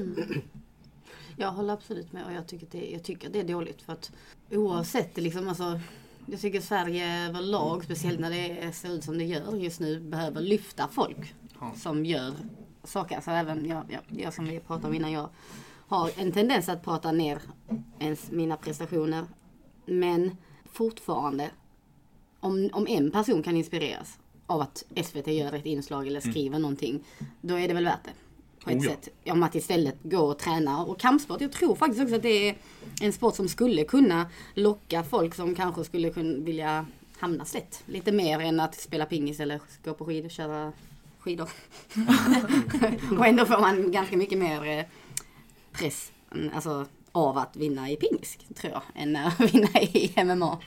Jag håller absolut med, och jag tycker det är dåligt, för att oavsett liksom, alltså, jag tycker Sverige överlag, speciellt när det ser ut som det gör just nu, behöver lyfta folk som gör saker. Alltså även jag som vi pratade om innan, jag har en tendens att prata ner mina prestationer, men fortfarande om en person kan inspireras av att SVT gör ett inslag eller skriver någonting, då är det väl värt det. På ett sätt. Om att istället gå och träna. Och kampsport, jag tror faktiskt också att det är en sport som skulle kunna locka folk som kanske skulle kunna vilja hamna slätt. Lite mer än att spela pingis eller gå på skidor och köra skidor. Och ändå får man ganska mycket mer press alltså, av att vinna i pingis, tror jag, än att vinna i MMA.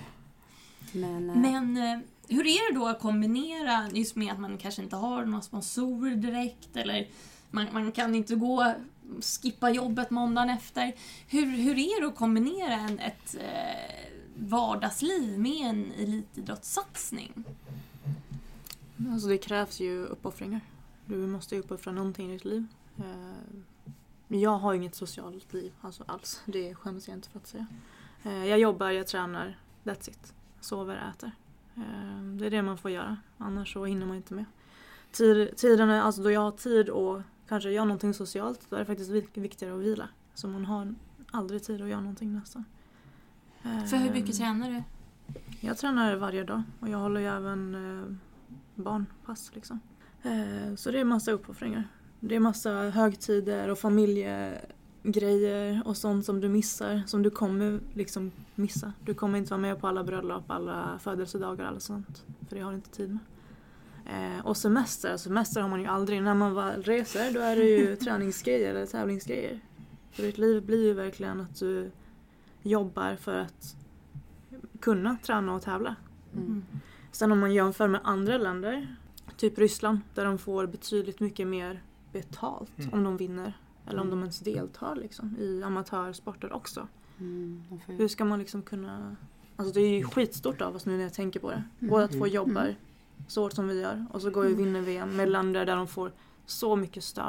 Men hur är det då att kombinera just med att man kanske inte har några sponsorer direkt, eller man kan inte gå skippa jobbet måndagen efter. Hur är det att kombinera ett vardagsliv med en elitidrottssatsning? Alltså det krävs ju uppoffringar. Du måste ju uppoffra någonting i ditt liv. Jag har inget socialt liv alltså alls. Det skäms jag inte för att säga. Jag jobbar, jag tränar, that's it. Sover, äter. Det är det man får göra. Annars så hinner man inte med. Tiderna, alltså då jag har tid och kanske gör någonting socialt, då är det faktiskt viktigare att vila. Så man har aldrig tid att göra någonting nästan. För hur mycket tränar du? Jag tränar varje dag. Och jag håller ju även barnpass liksom. Så det är massa uppoffringar. Det är massa högtider och familjegrejer och sånt som du missar. Som du kommer liksom missa. Du kommer inte vara med på alla bröllop, alla födelsedagar, alla sånt. För det har du inte tid med. Och semester har man ju aldrig. När man väl reser, då är det ju träningsgrejer eller tävlingsgrejer. För ditt liv blir ju verkligen att du jobbar för att kunna träna och tävla. Sen om man jämför med andra länder, typ Ryssland, där de får betydligt mycket mer betalt om de vinner. Eller om de ens deltar liksom, i amatörsporter också. Hur ska man liksom kunna... Alltså det är ju skitstort av oss nu när jag tänker på det. Båda två jobbar så hårt som vi gör. Och så går vi och vinner VM med länder där de får så mycket stöd.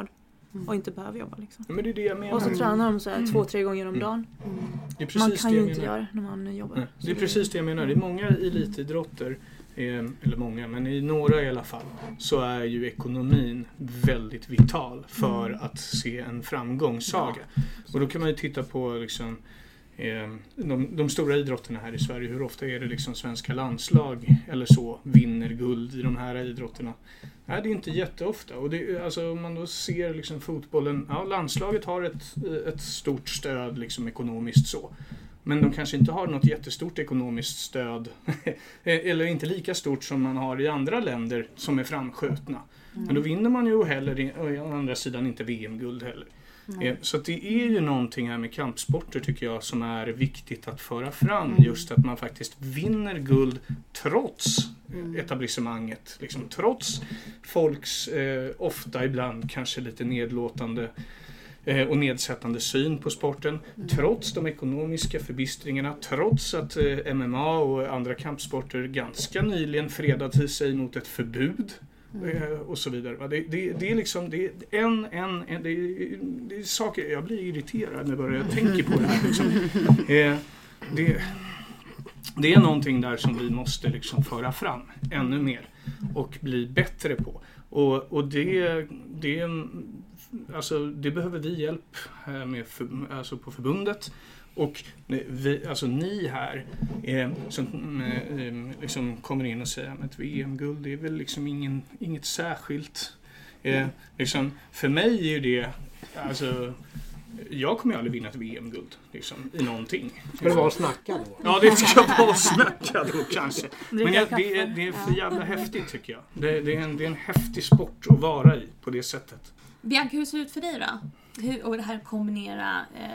och inte behöver jobba liksom. Men det är det jag menar. Och så tränar de så här 2-3 gånger om dagen. Man kan ju inte göra det när man jobbar. Nej, det är precis det jag menar. Det är många elitidrotter, eller många, men i några i alla fall, så är ju ekonomin väldigt vital för att se en framgångssaga. Och då kan man ju titta på liksom, de stora idrotterna här i Sverige. Hur ofta är det liksom svenska landslag eller så vinner guld i de här idrotterna? Nej, det är inte jätteofta. Och det, alltså, om man då ser liksom fotbollen, landslaget har ett stort stöd liksom ekonomiskt så. Men de kanske inte har något jättestort ekonomiskt stöd eller inte lika stort som man har i andra länder som är framskjutna. Men då vinner man ju heller å andra sidan inte VM-guld heller. Så att det är ju någonting här med kampsporter tycker jag som är viktigt att föra fram. Just att man faktiskt vinner guld trots etablissemanget. Liksom, trots folks ofta ibland kanske lite nedlåtande och nedsättande syn på sporten. Trots de ekonomiska förbistringarna. Trots att MMA och andra kampsporter ganska nyligen fredade sig mot ett förbud. Och så vidare. Det är liksom det är saker jag blir irriterad när jag börjar tänka på det här. Liksom. Det är någonting där som vi måste liksom föra fram ännu mer och bli bättre på. Och det behöver vi hjälp med på förbundet. Och ni här som liksom kommer in och säger att ett VM-guld det är väl liksom inget särskilt. Liksom, för mig är det alltså, jag kommer ju aldrig vinna ett VM-guld liksom, i någonting. Ska det vara att snacka då? Ja, det ska vara att snacka då kanske. Men det är för jävla häftigt tycker jag. Det är en häftig sport att vara i på det sättet. Bianca, hur ser det ut för dig då? Och det här kombinera...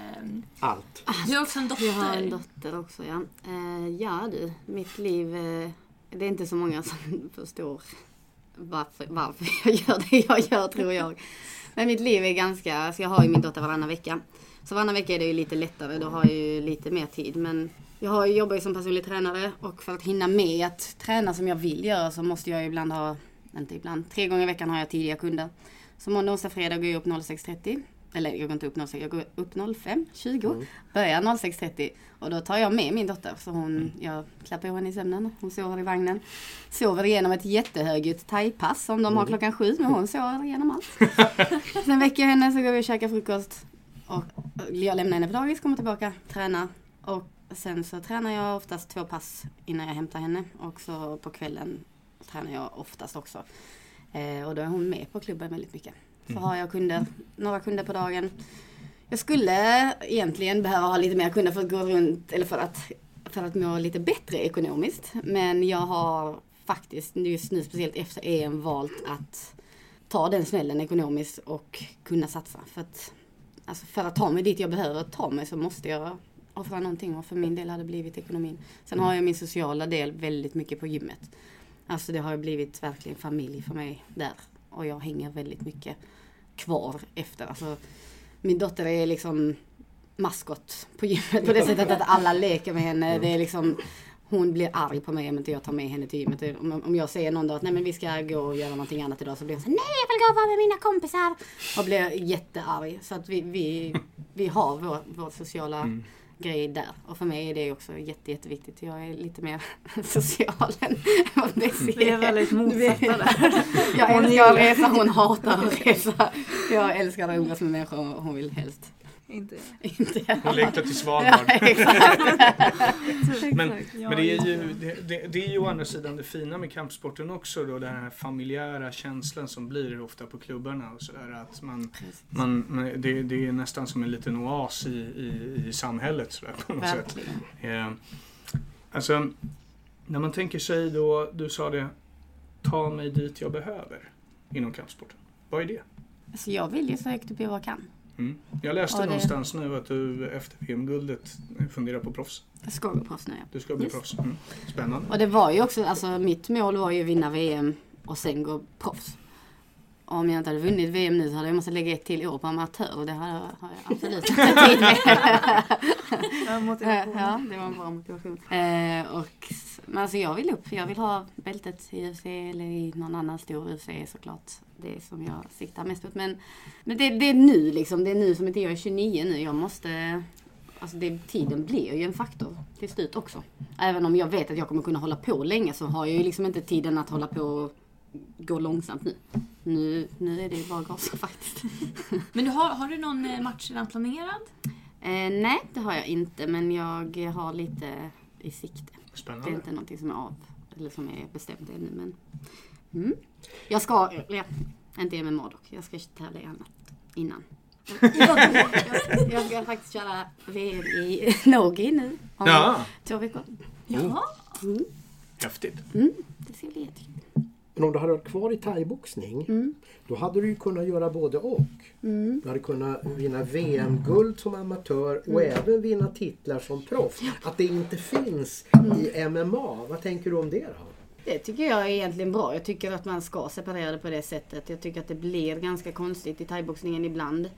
allt. Du har också en dotter. Jag har en dotter också, ja. Ja du, mitt liv... det är inte så många som förstår varför jag gör det jag gör, tror jag. Men mitt liv är ganska... Alltså jag har ju min dotter varannan vecka. Så varannan vecka är det ju lite lättare. Då har jag ju lite mer tid. Men jag jobbar ju som personlig tränare. Och för att hinna med att träna som jag vill göra så måste jag ibland ha... Inte ibland. 3 gånger i veckan har jag tidiga kunder. Så måndag, onsdag, fredag går jag upp 06.30. Eller jag går inte upp 06, jag går upp 05.20. Börjar 06.30. Och då tar jag med min dotter. Så jag klappar henne i sömnen. Hon sover i vagnen. Sover igenom ett jättehögt thai-pass som de har klockan 7. Men hon sover igenom allt. Sen väcker jag henne så går vi och käkar frukost. Och jag lämnar henne på dagis, kommer tillbaka, tränar. Och sen så tränar jag oftast 2 pass innan jag hämtar henne. Och så på kvällen tränar jag oftast också. Och då är hon med på klubben väldigt mycket. Så har jag några kunder på dagen. Jag skulle egentligen behöva ha lite mer kunder för att gå runt, eller för att må lite bättre ekonomiskt. Men jag har faktiskt just nu, speciellt efter EM, valt att ta den smällen ekonomiskt och kunna satsa. För att ta mig dit jag behöver ta mig så måste jag offra någonting. Och för min del har det blivit ekonomin. Sen har jag min sociala del väldigt mycket på gymmet. Alltså det har blivit verkligen familj för mig där. Och jag hänger väldigt mycket kvar efter. Alltså, min dotter är liksom maskot på gymmet. På det sättet att alla leker med henne. Det är liksom, hon blir arg på mig om inte jag tar med henne till gymmet. Om jag säger någon dag att nej, men vi ska gå och göra någonting annat idag. Så blir hon så nej, jag vill gå och vara med mina kompisar. Och blir jättearg. Så att vi har vår sociala... grej där. Och för mig är det också jätteviktigt. Jag är lite mer social än vad det ser. Vi är väldigt motsatta där. Jag älskar att resa, hon hatar att resa. Jag älskar att umgås med människor och hon vill helst inte. Hon längtar till Svalbard. Ja, exakt. Men det är ju å andra sidan det fina med kampsporten också då, den här familjära känslan som blir ofta på klubbarna och sådär, att det är nästan som en liten oas i samhället sådär, på något sätt. Alltså när man tänker sig då, du sa det, ta mig dit jag behöver inom kampsporten. Vad är det? Alltså jag vill ju så högt upp jag kan. Jag läste någonstans nu att du efter VM-guldet funderar på proffs. Jag ska bli proffs nu, ja. Du ska bli proffs. Spännande. Och det var ju också, alltså mitt mål var ju att vinna VM och sen gå proffs. om jag inte hade vunnit VM nu så hade jag måste lägga ett till år på amatör. Och det har jag absolut inte tid med. Ja, det var en bra motivation. Men alltså jag vill upp. Jag vill ha bältet i UFC eller i någon annan stor UFC såklart. Det är som jag siktar mest på. Men det är nu liksom. Det är nu som inte jag är 29 nu. Jag måste... Alltså tiden blir ju en faktor till slut också. Även om jag vet att jag kommer kunna hålla på länge så har jag ju liksom inte tiden att hålla på och gå långsamt nu. Nu är det ju bara gasa faktiskt. Men har du någon match redan planerad? Nej, det har jag inte. Men jag har lite i sikte. Spännande. Det är inte någonting som är eller som är bestämt ännu. Men jag ska, inte MMA dock. Jag ska tävla i annat innan. Jag ska faktiskt köra VM i Nogi nu om 2 veckor. Ja. Häftigt. Det ser bli jättekul. Men om du hade varit kvar i thaiboxning, då hade du ju kunnat göra både och. Du hade kunnat vinna VM-guld som amatör och även vinna titlar som proffs. Att det inte finns i MMA, vad tänker du om det då? Det tycker jag är egentligen bra. Jag tycker att man ska separera det på det sättet. Jag tycker att det blir ganska konstigt i thaiboxningen ibland.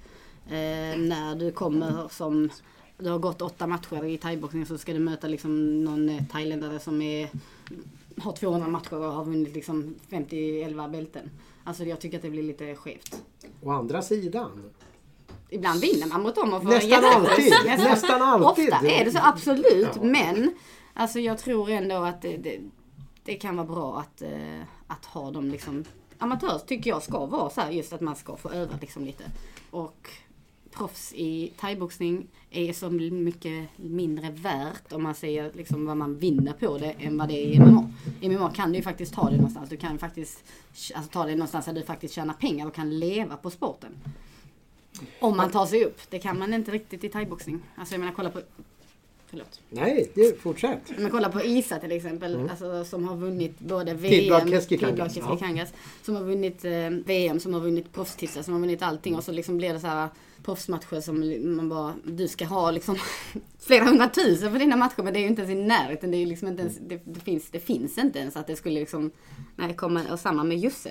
När du kommer som... Du har gått 8 matcher i thaiboxningen så ska du möta liksom någon thailändare som har 200 matcher och har vunnit liksom 50-11 bälten. Alltså jag tycker att det blir lite skevt. Å andra sidan... Ibland vinner man mot dem och får Nästan alltid. Ofta är det så, absolut. Ja. Men alltså jag tror ändå att det kan vara bra att ha dem liksom... Amatörs tycker jag ska vara så här, just att man ska få öva liksom lite. Och proffs i thaiboxning är så mycket mindre värt om man säger liksom vad man vinner på det än vad det är i MMA. I MMA kan du ju faktiskt ta det någonstans. Du kan faktiskt ta det någonstans där du faktiskt tjänar pengar och kan leva på sporten. Om man tar sig upp. Det kan man inte riktigt i thaiboxning. Alltså jag menar, kolla på... Förlåt. Nej, det fortsätt. Men kolla på Isa till exempel, alltså, som har vunnit både VM, Keskikangas, som har vunnit VM, som har vunnit proffstitlar, som har vunnit allting och så liksom blir det så här proffsmatcher som man bara, du ska ha liksom flera 100 000 för dina matcher, men det är ju inte ens i närheten, det är ju liksom inte ens, det finns inte ens att det skulle liksom komma och samma med Jusse.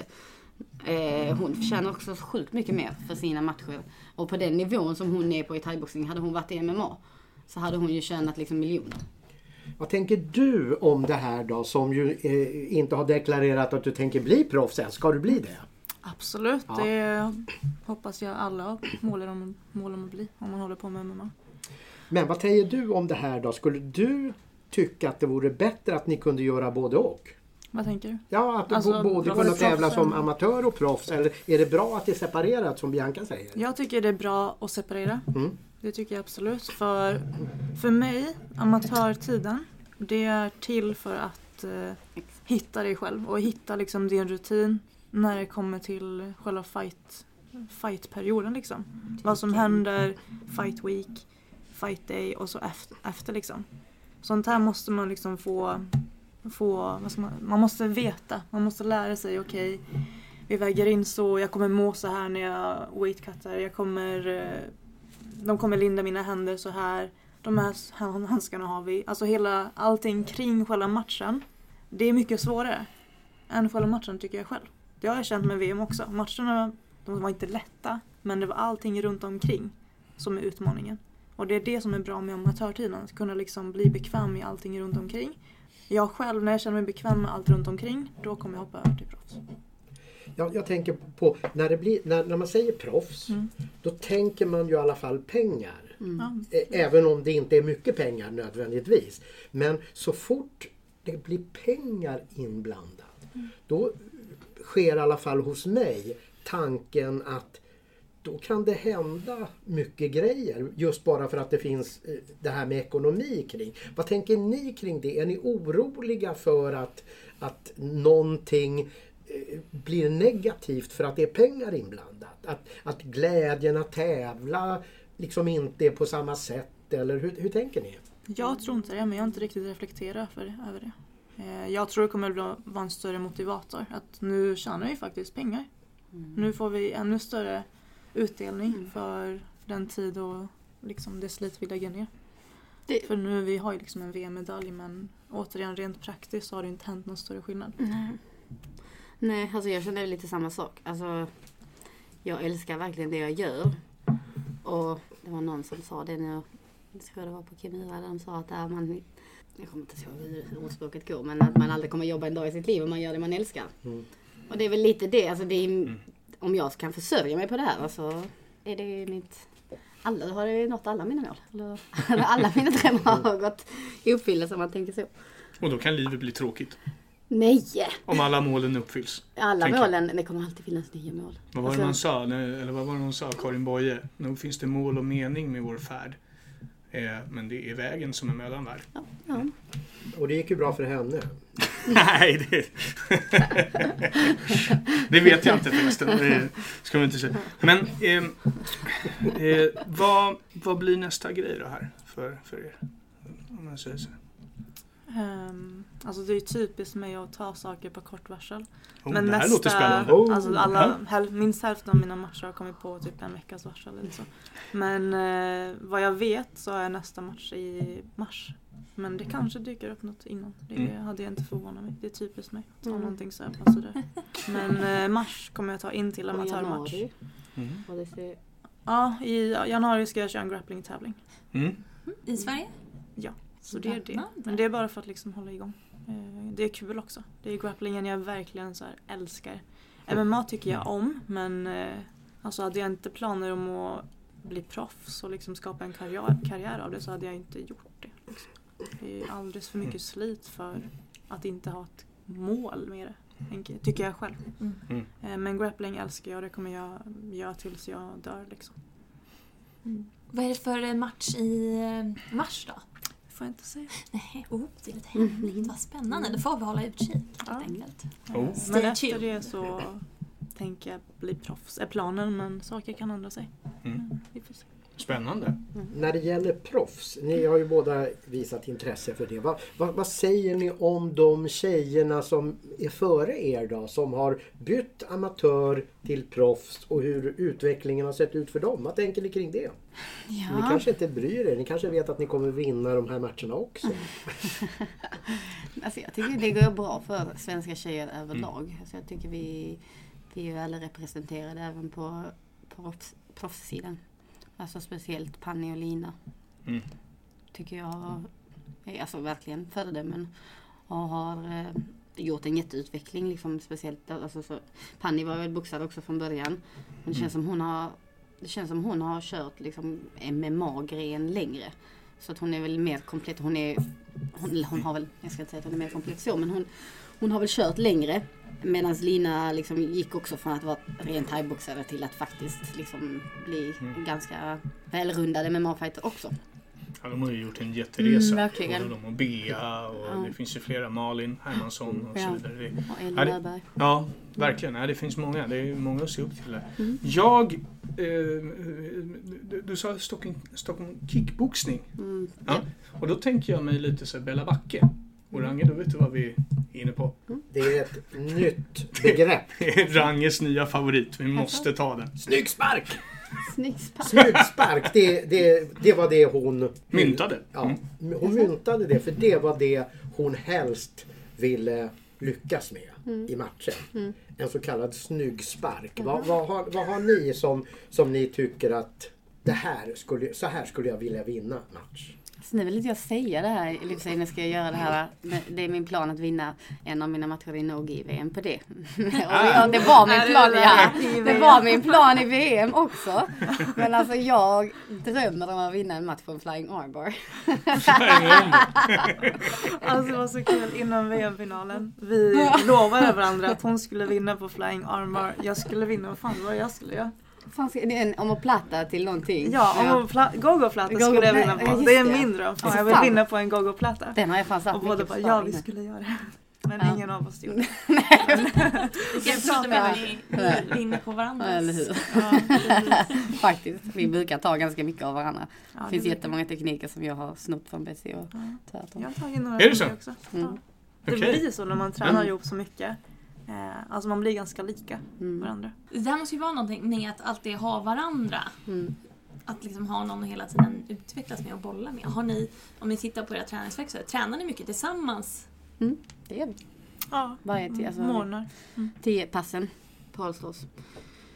Hon förtjänar också sjukt mycket mer för sina matcher och på den nivån som hon är på i thaiboxning, hade hon varit i MMA så hade hon ju tjänat liksom miljoner. Vad tänker du om det här då, som ju inte har deklarerat att du tänker bli proffs än? Ska du bli det? Absolut, ja. Det hoppas jag alla har mål om att bli, om man håller på med MMA. Men vad säger du om det här då? Skulle du tycka att det vore bättre att ni kunde göra både och? Vad tänker du? Ja, att du både kunna tävla som amatör och proffs. Eller är det bra att det är separerat som Bianca säger? Jag tycker det är bra att separera. Det tycker jag absolut. För mig, amatörtiden, det är till för att hitta dig själv. Och hitta liksom din rutin när det kommer till själva fightperioden. Liksom. Vad som händer, fight week, fight day och så efter liksom. Sånt här måste man liksom få man måste veta. Man måste lära sig, okej, vi väger in så, jag kommer må så här när jag weightcuttar. De kommer linda mina händer så här. De här handskarna har vi. Alltså allting kring själva matchen. Det är mycket svårare än själva matchen tycker jag själv. Det har jag känt med VM också. Matcherna, de var inte lätta. Men det var allting runt omkring som är utmaningen. Och det är det som är bra med amatörtiden. Att kunna liksom bli bekväm i allting runt omkring. Jag själv, när jag känner mig bekväm med allt runt omkring, då kommer jag hoppa över till proffs. Jag tänker på, när man säger proffs, då tänker man ju i alla fall pengar. Även om det inte är mycket pengar nödvändigtvis. Men så fort det blir pengar inblandat, då sker i alla fall hos mig tanken att då kan det hända mycket grejer just bara för att det finns det här med ekonomi kring. Vad tänker ni kring det? Är ni oroliga för att någonting blir negativt för att det är pengar inblandat? Att glädjen att tävla liksom inte är på samma sätt? Eller hur tänker ni? Jag tror inte det, men jag har inte riktigt reflekterat över det. Jag tror det kommer att vara en större motivator. Att nu tjänar vi faktiskt pengar. Nu får vi ännu större utdelning för den tid och liksom det slit vi lägger ner. För nu vi har ju liksom en VM-medalj, men återigen rent praktiskt så har det inte hänt någon större skillnad. Nej, alltså jag känner lite samma sak. Alltså jag älskar verkligen det jag gör. Och det var någon som sa det nu, jag tror det var på Kemira, där de sa att jag kommer inte ihåg hur ordspråket går, men att man aldrig kommer jobba en dag i sitt liv om man gör det man älskar. Och det är väl lite det, alltså det är, om jag kan försörja mig på det här, alltså är det mitt... har det nått alla mina mål. Alla mina drömmar har gått i uppfyllelse om man tänker så. Och då kan livet bli tråkigt. Nej! Om alla målen uppfylls. Alla målen, det kommer alltid finnas nya mål. Vad var det man sa? Eller vad var det hon sa, Karin Boye? Nu finns det mål och mening med vår färd. Men det är vägen som är mellanvärd. Ja. Och det gick ju bra för henne. Nej, det vet jag inte förresten. Det ska man inte säga. Men vad blir nästa grej då här för er? Om man säger så. Alltså det är typiskt mig att ta saker på kort varsel. Men det här låter spännande. Alltså minst hälften av mina matcher har kommit på typ en veckas varsel eller så. Men vad jag vet så är nästa match i mars. Men det kanske dyker upp något innan. Det hade jag inte förvånat mig. Det är typiskt mig att ta någonting så här på sådär. Men mars kommer jag ta in till amatörmatch. Ja, i januari ska jag köra en grappling-tävling. I Sverige? Ja, så det är det. Men det är bara för att liksom hålla igång. Det är kul också. Det är grapplingen jag verkligen så här älskar. MMA tycker jag om, men alltså hade jag inte planer om att bli proffs och liksom skapa en karriär av det så hade jag inte gjort det. Liksom. Det är alldeles för mycket slit för att inte ha ett mål med det. Tycker jag själv. Men grappling älskar jag. Det kommer jag göra tills jag dör liksom. Vad är det för match i mars då? Får jag inte säga. Nej, det är lite hemligt. Vad spännande. Då får vi hålla utkik. Men efter det så tänker jag bli proffs. Är planen, men saker kan ändra sig. Vi får se. Spännande. När det gäller proffs, ni har ju båda visat intresse för det. Vad säger ni om de tjejerna som är före er då? Som har bytt amatör till proffs och hur utvecklingen har sett ut för dem? Vad tänker ni kring det? Ja. Ni kanske inte bryr er. Ni kanske vet att ni kommer vinna de här matcherna också. Alltså jag tycker det går bra för svenska tjejer överlag. Alltså jag tycker vi är väl representerade även på proffssidan. Alltså speciellt Panni och Lina. Tycker jag är alltså verkligen föredömen. Och har gjort en jätteutveckling. Liksom, speciellt, alltså, så, Panni var väl boxad också från början. Men det känns som hon har kört liksom, MMA-gren längre. Så att hon är väl mer komplett. Hon har väl, jag ska inte säga att hon är mer komplett så, men hon har väl kört längre. Medan Lina liksom gick också från att vara ren thaiboxare till att faktiskt liksom bli ganska välrundade med MMA-fighter också. Ja, de har ju gjort en jätteresa. Verkligen. Och Bea och det finns ju flera, Malin Hermansson och så vidare. Och Elin Öberg. Ja, verkligen. Det finns många. Det är många att se upp till det. Du sa Stockholm kickboxning. Ja. Och då tänker jag mig lite så Bella Backe. Och Range, då vet du vad vi är inne på. Det är ett nytt begrepp. Ranges nya favorit. Vi måste ta den. Snyggspark! Snyggspark. Det var det hon myntade. Ja, hon myntade det, för det var det hon helst ville lyckas med i matchen. En så kallad snyggspark. Vad har ni som ni tycker att så här skulle jag vilja vinna match? Så nu vill inte jag säga det här, när jag ska göra det här. Det är min plan att vinna en av mina matcher i No-Gi-VM på det. Och det var min plan, det var min plan i VM också. Men alltså jag drömmer om att vinna en match på en Flying Armbar. Alltså det var så kul innan VM-finalen. Vi lovade varandra att hon skulle vinna på Flying Armbar. Jag skulle vinna, vad fan var jag skulle göra? Om att platta till någonting. Ja, om go-go-platta skulle jag vinna på. Det är min dröm. Jag vill vinna på en go-go-platta. Den har jag fan satt. Och båda bara, ja vi skulle göra det. Men ingen av oss gjorde det. Vi kan prata med när ni vinner på varandra. Eller hur? Faktiskt. Vi brukar ta ganska mycket av varandra. Det finns jättemånga tekniker som jag har snott från BC och tvärtom. Jag har tagit några är det så? Också. Det blir så när man tränar ihop så mycket. Alltså man blir ganska lika varandra. Det här måste ju vara någonting med att alltid ha varandra. Att liksom ha någon hela tiden utvecklas med och bolla med. Har ni, om ni tittar på era träningsväxter, tränar ni mycket tillsammans? Det gör vi. Ja, morgnar. 10 passen på Allstrås.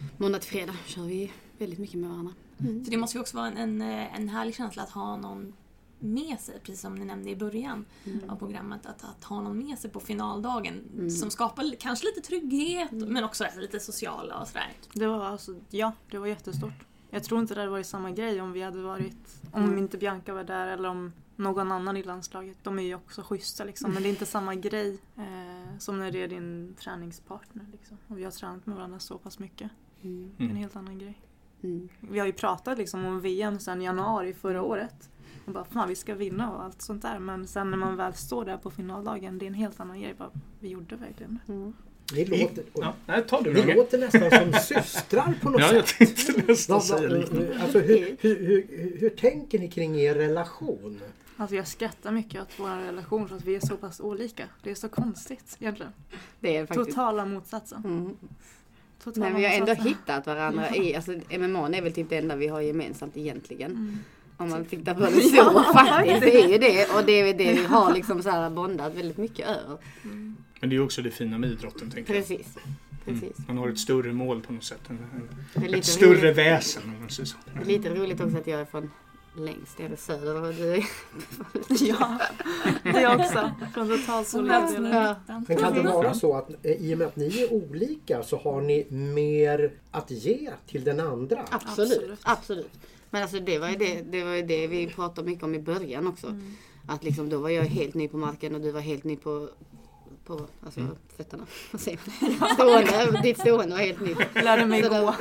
måndag till fredag kör vi väldigt mycket med varandra. För det måste ju också vara en härlig känsla att ha någon med sig, precis som ni nämnde i början av programmet, att ha någon med sig på finaldagen som skapar kanske lite trygghet men också lite sociala och sådär. Det var jättestort. Jag tror inte det hade varit samma grej om om inte Bianca var där eller om någon annan i landslaget. De är ju också schyssta liksom, men det är inte samma grej som när det är din träningspartner liksom. Och vi har tränat med varandra så pass mycket. Det är en helt annan grej. Vi har ju pratat liksom om VM sedan januari förra året. Och bara, fan vi ska vinna och allt sånt där. Men sen när man väl står där på finaldagen, det är en helt annan grej. Bara, vi gjorde verkligen det. Ni låter nästan som systrar på något sätt. Jag tänkte nästan säga liknande. Alltså, hur tänker ni kring er relation? Alltså jag skrattar mycket åt vår relation för att vi är så pass olika. Det är så konstigt egentligen. Det är faktiskt totala motsatsen. Men vi har ändå hittat varandra i, alltså MMA är väl typ det enda vi har gemensamt egentligen. Om man tittar på det så faktiskt, det är ju det. Och det är det vi har liksom så här bondat väldigt mycket över. Men det är ju också det fina med idrotten, tänker jag. Precis. Man har ett större mål på något sätt. Ett större roligt. Väsen, om man säger så. Det är lite roligt också att jag är från längst ner i söder. Och du är... Ja, det är också. Från totalt solidaritet. Men kan det vara så att i och med att ni är olika så har ni mer att ge till den andra? Absolut. Men alltså det var ju det vi pratade mycket om i början också. Att liksom då var jag helt ny på marken och du var helt ny på fötterna. Ditt stående var helt nytt. Lärde mig gå.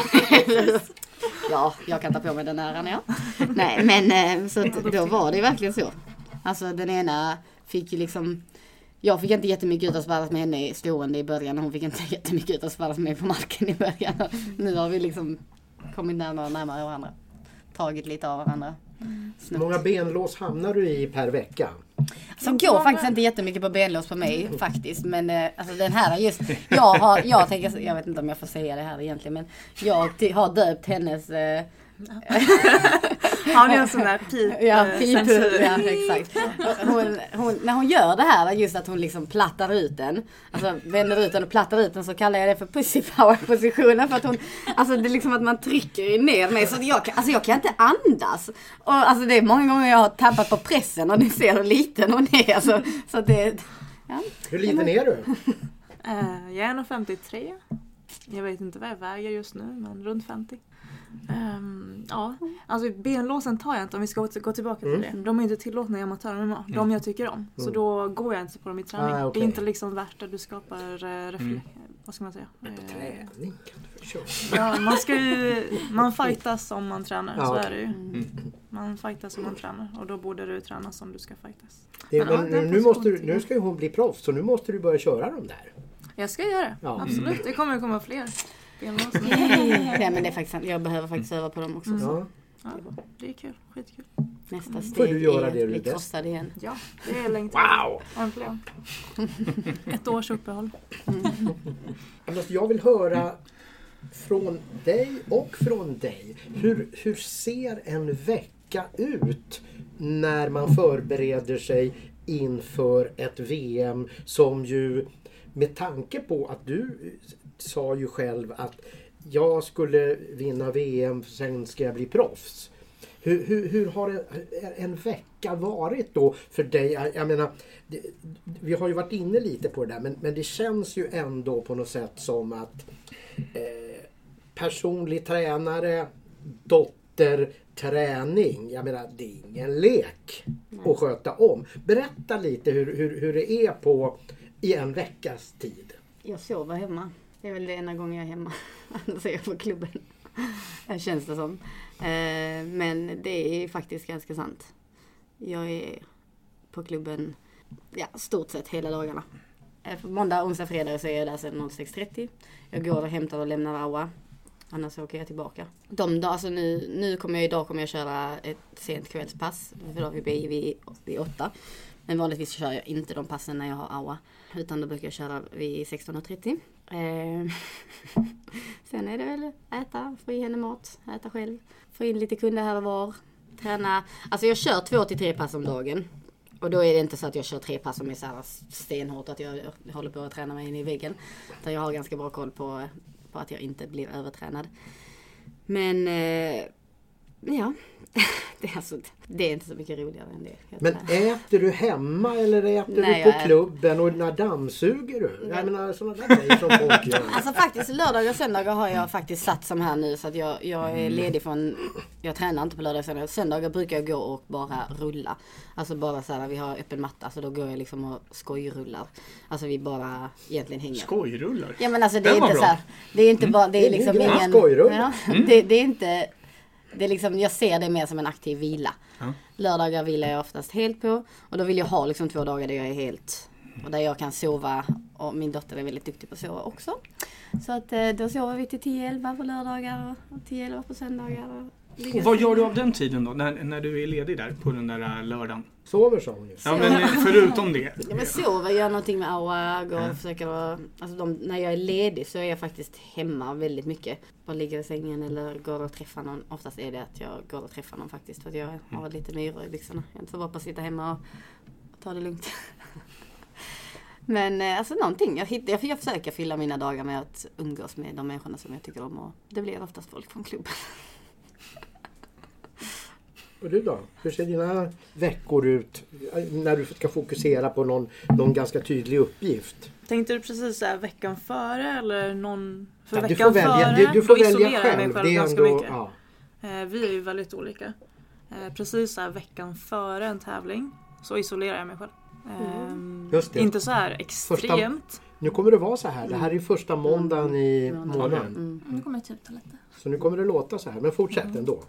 Ja, jag kan ta på mig den äran, ja. Nej, men så då var det verkligen så. Alltså den ena fick ju liksom... Jag fick inte jättemycket ut att sparras med henne stående i början och hon fick inte jättemycket ut att sparras med mig på marken i början. Nu har vi liksom kommit närmare varandra. Tagit lite av varandra. Hur många benlås hamnar du i per vecka? Som går faktiskt inte jättemycket på benlås på mig faktiskt, men alltså den här just jag vet inte om jag får säga det här egentligen, men jag har döpt hennes har ni en sån där pip? Ja, exakt. När hon gör det här, just att hon liksom plattar ut den, alltså vänder ut den och plattar ut den, så kallar jag det för pussy power positionen, för att hon, alltså det är liksom att man trycker ner mig så jag kan inte andas. Och alltså det är många gånger jag har tappat på pressen och ni ser hur liten hon är, alltså, så det ja. Hur liten är du? Jag är 1,53. Jag vet inte vad jag väger just nu, men runt 50. Ja, alltså benlåsen tar jag inte om vi ska gå tillbaka till det. De är inte tillåtna i amatör-MMA. De jag tycker om. Så då går jag inte på dem i träning. Okay. Det är inte liksom värt att du skapar vad ska man säga? Träning kan du förstå. Ja, man fightas om man tränar, så är det ju. Man fightas om man tränar och då borde du träna som du ska fightas. Nu ska ju hon bli proffs, så nu måste du börja köra dem där. Jag ska göra det, absolut. Det kommer att komma fler. Ja, men det är faktiskt, jag behöver faktiskt öva på dem också. Ja, det är kul, skitkul. Nästa steg får du göra det är att bli krossad igen. Ja, det är längt. Wow! Ett års uppehåll. Jag vill höra från dig och från dig. Hur ser en vecka ut när man förbereder sig inför ett VM som ju, med tanke på att du sa ju själv att jag skulle vinna VM, sen ska jag bli proffs. Hur har en vecka varit då för dig? Jag menar, vi har ju varit inne lite på det där, men det känns ju ändå på något sätt som att personlig tränare, dotter, träning. Jag menar, det är ingen lek att sköta om. Berätta lite hur det är i en veckas tid. Jag sover hemma. Det är väl det enda gången jag är hemma. Annars är jag på klubben. Det känns det som. Men det är faktiskt ganska sant. Jag är på klubben stort sett hela dagarna. Måndag, onsdag, fredag så är jag där sedan 06:30. Jag går och hämtar och lämnar Aua. Annars åker jag tillbaka. Alltså idag kommer jag köra ett sent kvällspass. För då är vi vid 8. Men vanligtvis kör jag inte de passen när jag har Aua. Utan då brukar jag köra vid 16:30. Sen är det väl äta, få i henne mat, äta själv. Få in lite kunder här och var. Träna. Alltså jag kör 2 till 3 pass om dagen. Och då är det inte så att jag kör 3 pass som är så här stenhårt att jag håller på att träna mig in i väggen. Utan jag har ganska bra koll på på att jag inte blir övertränad. Men ja, det är inte så mycket roligare än det. Men äter du hemma eller äter du på klubben och när dammsuger du? Jag menar sådana där grejer som folk gör. Alltså faktiskt lördagar och söndagar har jag faktiskt satt som här nu så att jag är ledig från, jag tränar inte på lördagar och söndagar. Söndagar brukar jag gå och bara rulla. Alltså bara så här, vi har öppen matta så då går jag liksom och skojrullar. Alltså vi bara egentligen hänger. Skojrullar? Ja men alltså det är inte så här, det är inte bara, det är liksom ingen skojrull. Ja, det är inte. Det är liksom, jag ser det mer som en aktiv vila. Ja. Lördagar vilar jag oftast helt på. Och då vill jag ha liksom 2 dagar där jag är helt... Och där jag kan sova. Och min dotter är väldigt duktig på att sova också. Så att då sover vi till 10-11 på lördagar och 10-11 på söndagar. Och vad gör du av den tiden då? När du är ledig där på den där lördagen? Sover så hon ju. Ja men förutom det. Ja men sover, gör någonting med Awa. Går och försöker alltså när jag är ledig så är jag faktiskt hemma väldigt mycket. Bara ligger i sängen eller går och träffar någon. Oftast är det att jag går och träffar någon faktiskt. För att jag har lite myror i byxorna. Jag är inte så bra på att sitta hemma och ta det lugnt. Men alltså någonting. Jag försöker fylla mina dagar med att umgås med de människorna som jag tycker om. Och det blir oftast folk från klubben. Och du då? Hur ser dina veckor ut när du ska fokusera på någon ganska tydlig uppgift? Tänkte du precis så här veckan före eller någon för ja, veckan du får välja själv. Mig själv det är ganska ändå, mycket. Ja. Vi är ju väldigt olika. Precis så här veckan före en tävling så isolerar jag mig själv. Just det. Inte så här extremt. Nu kommer det vara så här. Det här är ju första måndagen i månaden. Nu kommer jag typ ta lite. Så nu kommer det låta så här. Men fortsätt ändå.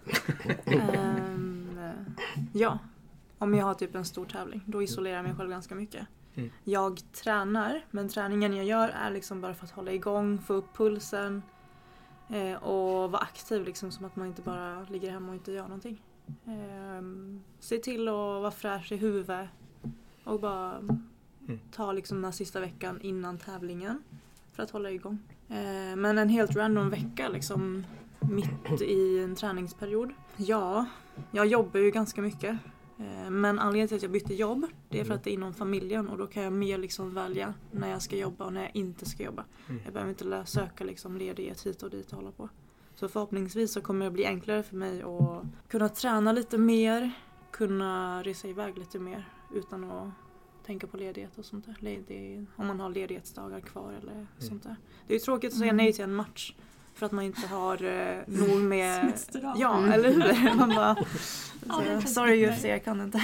Ja. Om jag har typ en stor tävling. Då isolerar jag mig själv ganska mycket. Jag tränar. Men träningen jag gör är liksom bara för att hålla igång. Få upp pulsen. Och vara aktiv liksom. Som att man inte bara ligger hemma och inte gör någonting. Se till att vara fräsch i huvudet. Och bara ta liksom den här sista veckan innan tävlingen. För att hålla igång. Men en helt random vecka liksom. Mitt i en träningsperiod. Ja, jag jobbar ju ganska mycket. Men anledningen till att jag bytte jobb, det är för att det är inom familjen. Och då kan jag mer liksom välja när jag ska jobba och när jag inte ska jobba. Jag behöver inte söka liksom ledighet hit och dit och hålla på. Så förhoppningsvis så kommer det bli enklare för mig att kunna träna lite mer. Kunna resa iväg lite mer utan att tänka på ledighet och sånt där. Om man har ledighetsdagar kvar eller sånt där. Det är ju tråkigt att säga nej till en match. För att man inte har nog med... Semesterdag. Ja, eller hur? Man bara... sorry UFC, jag kan inte.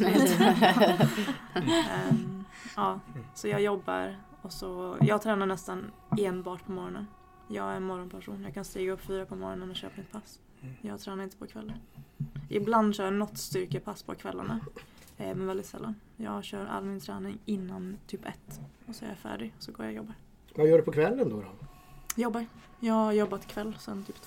Ja, så jag jobbar och så... Jag tränar nästan enbart på morgonen. Jag är en morgonperson. Jag kan stiga upp 4 på morgonen och köpa mitt pass. Jag tränar inte på kvällen. Ibland kör jag något styrkepass på kvällarna. Men väldigt sällan. Jag kör all min träning innan typ 1. Och så är jag färdig. Så går jag och jobbar. Vad gör du på kvällen då? Jobbar. Jag har jobbat kväll sedan typ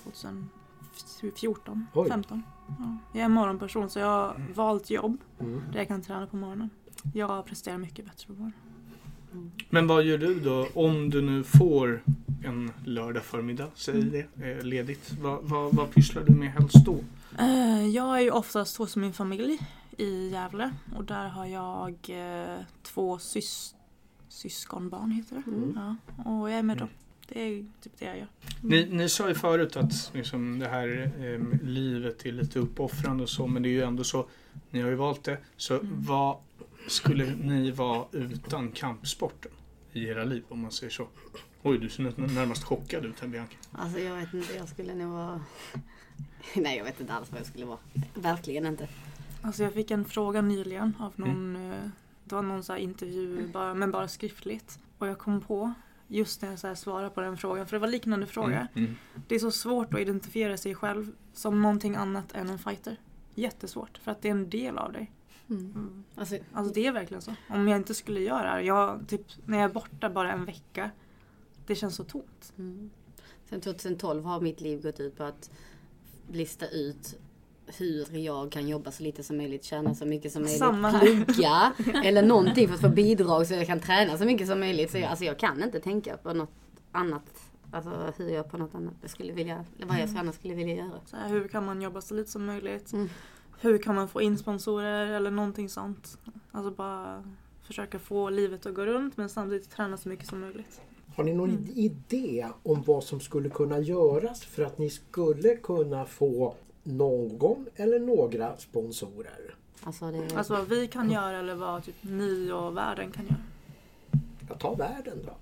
2014, 15. Ja. Jag är en morgonperson så jag har valt jobb där jag kan träna på morgonen. Jag presterar mycket bättre på morgonen. Men vad gör du då om du nu får en lördag förmiddag, säg det, ledigt? Vad pysslar du med helst då? Jag är ju oftast hos min familj i Gävle och där har jag 2 syskonbarn heter det. Ja. Och jag är med dem. Det är ju typ det jag gör. Ni sa ju förut att liksom, det här livet är lite uppoffrande och så, men det är ju ändå så, ni har ju valt det. Så vad skulle ni vara utan kampsporten i era liv om man säger så? Oj, du ser närmast chockad ut här, Bianca. Alltså jag vet inte, jag skulle nog vara... Nej, jag vet inte alls vad jag skulle vara. Verkligen inte. Alltså jag fick en fråga nyligen av någon, det var någon så här intervju, men bara skriftligt. Och jag kom på, just när jag så här svarade på den frågan, för det var liknande fråga. Det är så svårt att identifiera sig själv som någonting annat än en fighter. Jättesvårt, för att det är en del av dig. Alltså det är verkligen så. Om jag inte skulle göra det, typ, när jag är borta bara en vecka, det känns så tomt. Sen 2012 har mitt liv gått ut på att lista ut hur jag kan jobba så lite som möjligt, tjäna så mycket som möjligt, plugga eller någonting för att få bidrag så jag kan träna så mycket som möjligt. Så jag kan inte tänka på något annat, alltså hur jag på något annat jag skulle vilja, eller vad jag annars skulle vilja göra. Så här, hur kan man jobba så lite som möjligt? Hur kan man få in sponsorer eller någonting sånt? Alltså bara försöka få livet att gå runt men samtidigt träna så mycket som möjligt. Har ni någon idé om vad som skulle kunna göras för att ni skulle kunna få någon eller några sponsorer? Alltså vad vi kan göra eller vad typ ni och världen kan göra? Jag tar världen då.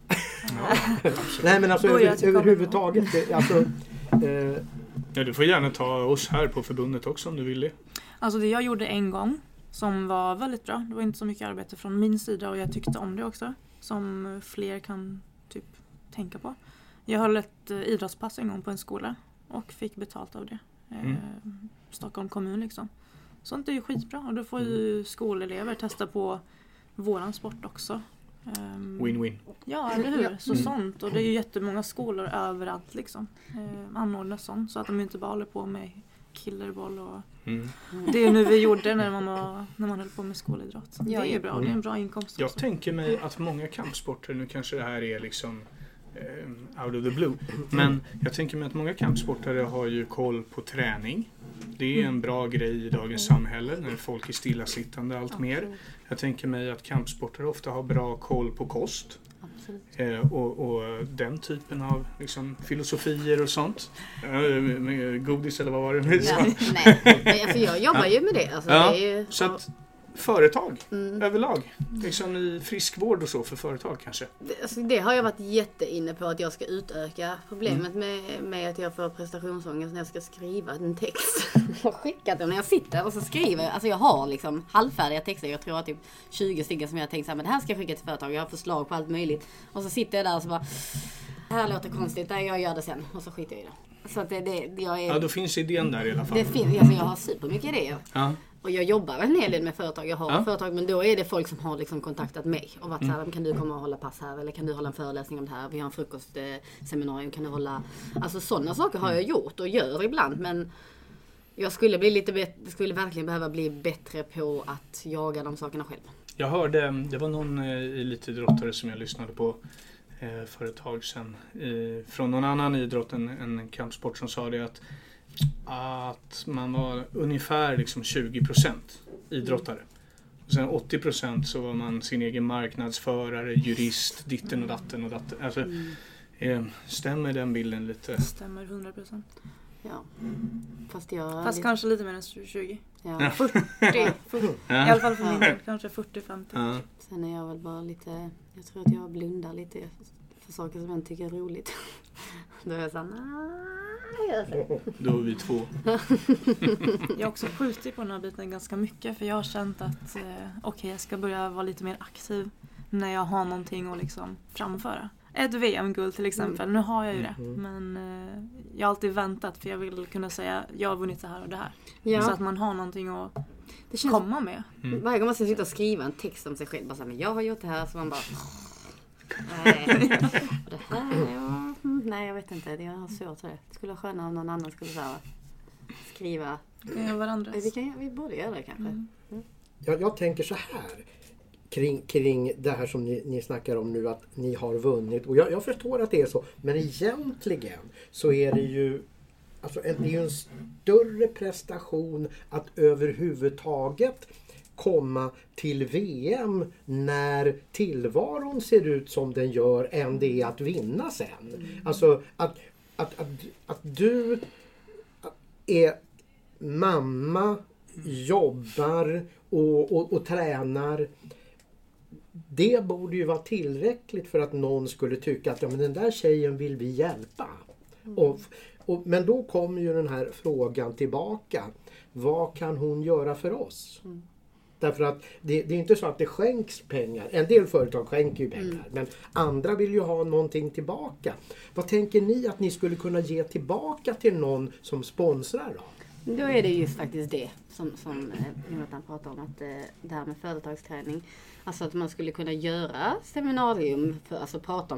Nej men alltså överhuvudtaget. Ja, du får gärna ta oss här på förbundet också om du vill det. Alltså det jag gjorde en gång som var väldigt bra. Det var inte så mycket arbete från min sida och jag tyckte om det också. Som fler kan typ tänka på. Jag höll ett idrottspass en gång på en skola och fick betalt av det. Stockholm kommun liksom. Sånt är ju skitbra och då får ju skolelever testa på våran sport också. Win-win. Ja, eller hur? Så sånt. Och det är ju jättemånga skolor överallt liksom. Anordnar sånt så att de inte bara håller på med killerboll och det är nu vi gjorde när man höll på med skolidrott. Det är ju bra, det är en bra inkomst också. Jag tänker mig att många kampsporter, nu kanske det här är liksom out of the blue, men jag tänker mig att många kampsportare har ju koll på träning. Det är en bra grej i dagens samhälle när folk är stillasittande allt mer. Jag tänker mig att kampsportare ofta har bra koll på kost. Och den typen av liksom, filosofier och sånt. Godis eller vad var det? Nej, för jag jobbar ju med det. Alltså, det är ju, så att företag överlag. Liksom i friskvård och så för företag kanske. Det har jag varit jätteinne på att jag ska utöka. Problemet med att jag får prestationsångest när jag ska skriva en text. Jag har skickat den när jag sitter och så skriver. Alltså jag har liksom halvfärdiga texter. Jag tror att typ 20 stycken som jag har tänkt så här, men det här ska jag skicka till företag. Jag har förslag på allt möjligt. Och så sitter jag där och så bara, det här låter konstigt. Nej, jag gör det sen. Och så skiter jag i det. Så att Ja, då finns idén där i alla fall. Det finns, alltså jag har supermycket idéer. Ja. Och jag jobbar en hel del med företag. Jag har företag, men då är det folk som har liksom kontaktat mig. Och varit så här, kan du komma och hålla pass här? Eller kan du hålla en föreläsning om det här? Vi har en frukostseminarium, kan du hålla... Alltså sådana saker har jag gjort och gör ibland. Men jag skulle bli lite bättre, skulle verkligen behöva bli bättre på att jaga de sakerna själv. Jag hörde, det var någon elitidrottare som jag lyssnade på för ett tag sedan. Från någon annan idrott än kampsport som sa det att man var ungefär liksom 20% idrottare. Och sen 80% så var man sin egen marknadsförare, jurist, ditten och datten och datten. Alltså, stämmer den bilden lite? Stämmer 100%. Ja. Fast kanske lite mer än 20. Ja. 40. I alla fall för min del. Kanske 40-50. Ja. Sen är jag väl bara lite... Jag tror att jag blundar lite för saker som jag tycker är roligt. Då är jag såhär, Då är vi två. Jag har också skjutit på den här biten ganska mycket. För jag har känt att jag ska börja vara lite mer aktiv när jag har någonting att liksom framföra. Ett VM-guld till exempel. Nu har jag ju det. Men jag har alltid väntat för jag vill kunna säga jag har vunnit det här och det här. Ja. Så att man har någonting att komma med. Varje gång man ska sitta och skriva en text om sig själv. Bara så här, men jag har gjort det här. Så man bara... Nej. Det här, nej, jag vet inte. Jag har svårt för det. Det skulle vara skönare om någon annan skulle skriva. Vi borde göra det kanske. Jag tänker så här. Kring det här som ni snackar om nu, att ni har vunnit. Och jag förstår att det är så. Men egentligen så är det ju, alltså, det är ju en större prestation att överhuvudtaget komma till VM när tillvaron ser ut som den gör än det är att vinna sen. Alltså att du är mamma, jobbar och tränar. Det borde ju vara tillräckligt för att någon skulle tycka att men den där tjejen vill vi hjälpa. Men då kommer ju den här frågan tillbaka. Vad kan hon göra för oss? Därför att det är inte så att det skänks pengar. En del företag skänker ju pengar. Men andra vill ju ha någonting tillbaka. Vad tänker ni att ni skulle kunna ge tillbaka till någon som sponsrar då? Då är det just faktiskt det som Jonathan pratar om. Att det här med företagsträning. Alltså att man skulle kunna göra seminarium. För, alltså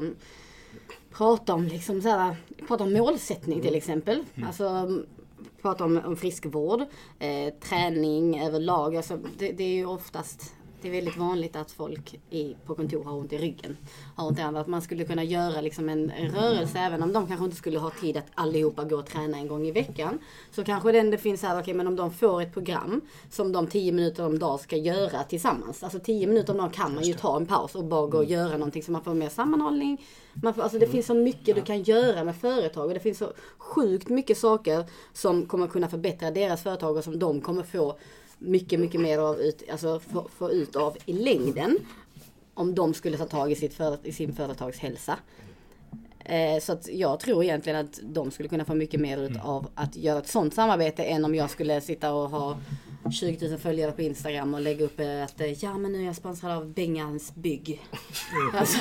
prata om liksom så här, prata om målsättning till exempel. Alltså prata om friskvård, träning överlag. Alltså, det är ju oftast Det är väldigt vanligt att folk på kontor har ont i ryggen. Har ont i annat. Att man skulle kunna göra liksom en rörelse, även om de kanske inte skulle ha tid att allihopa gå och träna en gång i veckan. Så kanske det finns här, okej, men om de får ett program som de 10 minuter om dagen ska göra tillsammans. Alltså 10 minuter om dagen kan man ju ta en paus och bara gå och göra någonting så man får mer sammanhållning. Alltså det finns så mycket du kan göra med företag och det finns så sjukt mycket saker som kommer kunna förbättra deras företag och som de kommer få mycket, mycket mer av få ut av i längden om de skulle ta tag i sin företagshälsa. Så att jag tror egentligen att de skulle kunna få mycket mer ut av att göra ett sånt samarbete än om jag skulle sitta och ha 20 000 följare på Instagram och lägga upp att men nu är jag sponsrad av Bengans bygg. Alltså,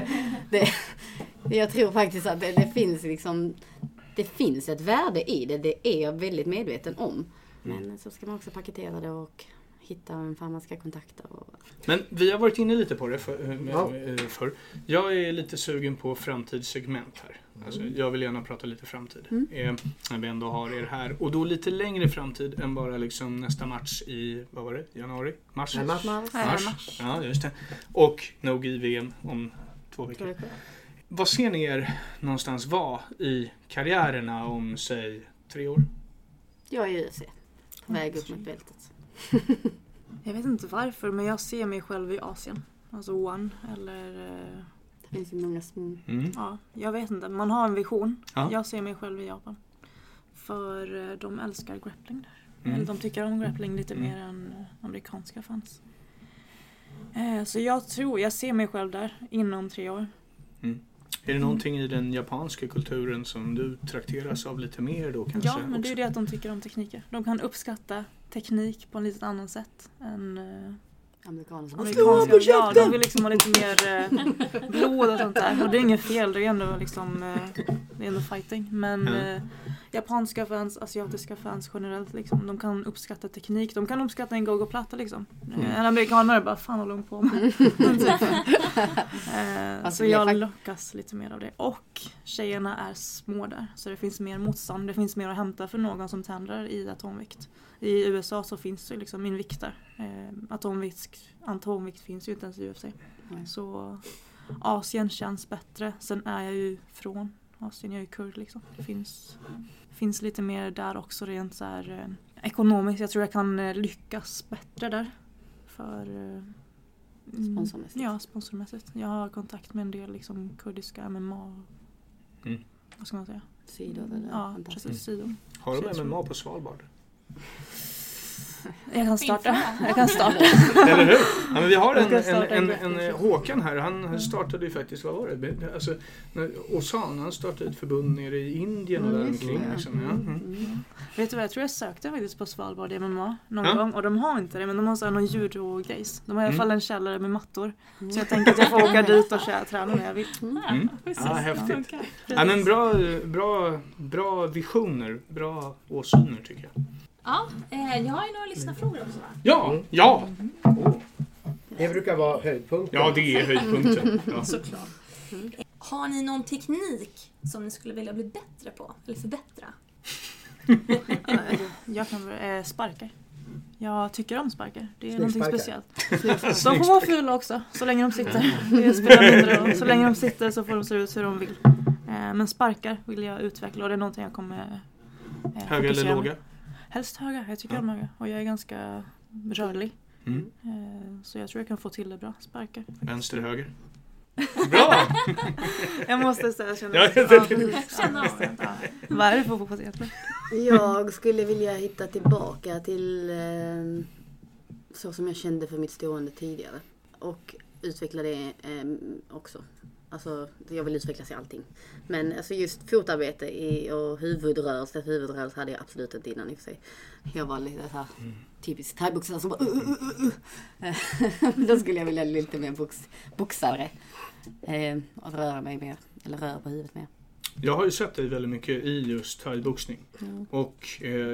jag tror faktiskt att det finns ett värde i det. Det är jag väldigt medveten om. Men så ska man också paketera det och hitta vem fan man ska kontakta. Men vi har varit inne lite på det för. Jag är lite sugen på framtidssegment här. Alltså, jag vill gärna prata lite framtid. När vi ändå har er här. Och då lite längre framtid än bara liksom nästa match i, vad var det? Januari? Mars? Mars. Ja, just det. Och NoGi-VM om 2 veckor. Vad ser ni er någonstans vara i karriärerna om, säg, 3 år? Jag är i UFC. Väg upp mot bältet. Jag vet inte varför, men jag ser mig själv i Asien. Alltså One eller... Det finns ju många små... Ja, jag vet inte. Man har en vision. Ja. Jag ser mig själv i Japan. För de älskar grappling där. Eller de tycker om grappling lite mer än amerikanska fans. Så jag ser mig själv där inom 3 år. Är det någonting i den japanska kulturen som du trakteras av lite mer då kanske? Ja, men det är det att de tycker om tekniker. De kan uppskatta teknik på ett lite annat sätt än amerikanska. Ja, de vill liksom ha lite mer blod och sånt där. Och det är inget fel, det är ändå liksom det är ändå fighting. Men japanska fans, asiatiska fans generellt liksom, de kan uppskatta teknik. De kan uppskatta en go-go-platta liksom. En amerikanare bara, fan håller de på med? Så jag lockas lite mer av det. Och tjejerna är små där. Så det finns mer motstånd. Det finns mer att hämta för någon som tändrar i atomvikt. I USA så finns det liksom inviktar. Atomvikt finns ju inte ens i UFC. Så Asien känns bättre. Sen är jag ju från Asien, jag är ju kurd liksom. Det finns lite mer där också rent så här ekonomiskt. Jag tror jag kan lyckas bättre där. För sponsormässigt. Ja, sponsormässigt. Jag har kontakt med en del liksom kurdiska MMA. Vad ska man säga? Sidor eller? Ja, precis, sidor. Har de MMA på Svalbard? Jag kan starta. Eller hur? Ja, men vi har en Håkan här. Han startade ju faktiskt, vad var det? Alltså, Osan, han startade ett förbund nere i Indien och där omkring. Liksom, Vet du vad, jag tror jag sökte faktiskt på Svalbard i MMA någon gång. Och de har inte det, men de har så här någon judo-grejs. De har i alla fall en källare med mattor. Så jag tänker att jag får åka dit och träna när jag vill. Ja, häftigt. Ja, men bra visioner, bra åsyner tycker jag. Ja, jag har ju några lyssnarfrågor också, va? Ja! Det brukar vara höjdpunkten. Ja, det är höjdpunkten. Ja. Såklart. Har ni någon teknik som ni skulle vilja bli bättre på? Eller förbättra? Jag kan sparkar. Jag tycker om sparkar. Det är någonting speciellt. De får vara fula också, så länge de sitter. Det spelar mindre roll. Så länge de sitter så får de se ut hur de vill. Men sparkar vill jag utveckla och det är någonting jag kommer höga eller låga? Helst höga, jag tycker om höga. Och jag är ganska rörlig. Så jag tror jag kan få till det bra. Sparkar. Vänster, höger. Bra! Jag måste säga, vad är det för fotboll egentligen? Jag skulle vilja hitta tillbaka till så som jag kände för mitt stående tidigare. Och utveckla det också. Alltså, jag vill utvecklas i allting. Men alltså just fotarbete och huvudrörelse hade jag absolut inte innan i och för sig. Jag var lite så här typiskt thaiboxare som bara då skulle jag vilja lite mer boxare. Och röra mig mer. Eller röra på huvudet mer. Jag har ju sett dig väldigt mycket i just thaiboxning. Och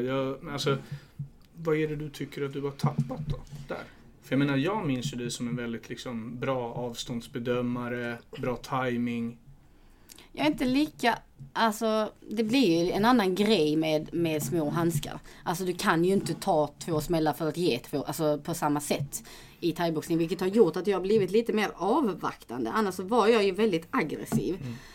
vad är det du tycker att du har tappat då? Där? För jag menar, jag minns ju dig som en väldigt liksom bra avståndsbedömare, bra timing. Jag är inte lika... Alltså, det blir ju en annan grej med små handskar. Alltså, du kan ju inte ta 2 smällar för att ge 2, alltså på samma sätt i thaiboxning. Vilket har gjort att jag har blivit lite mer avvaktande. Annars så var jag ju väldigt aggressiv.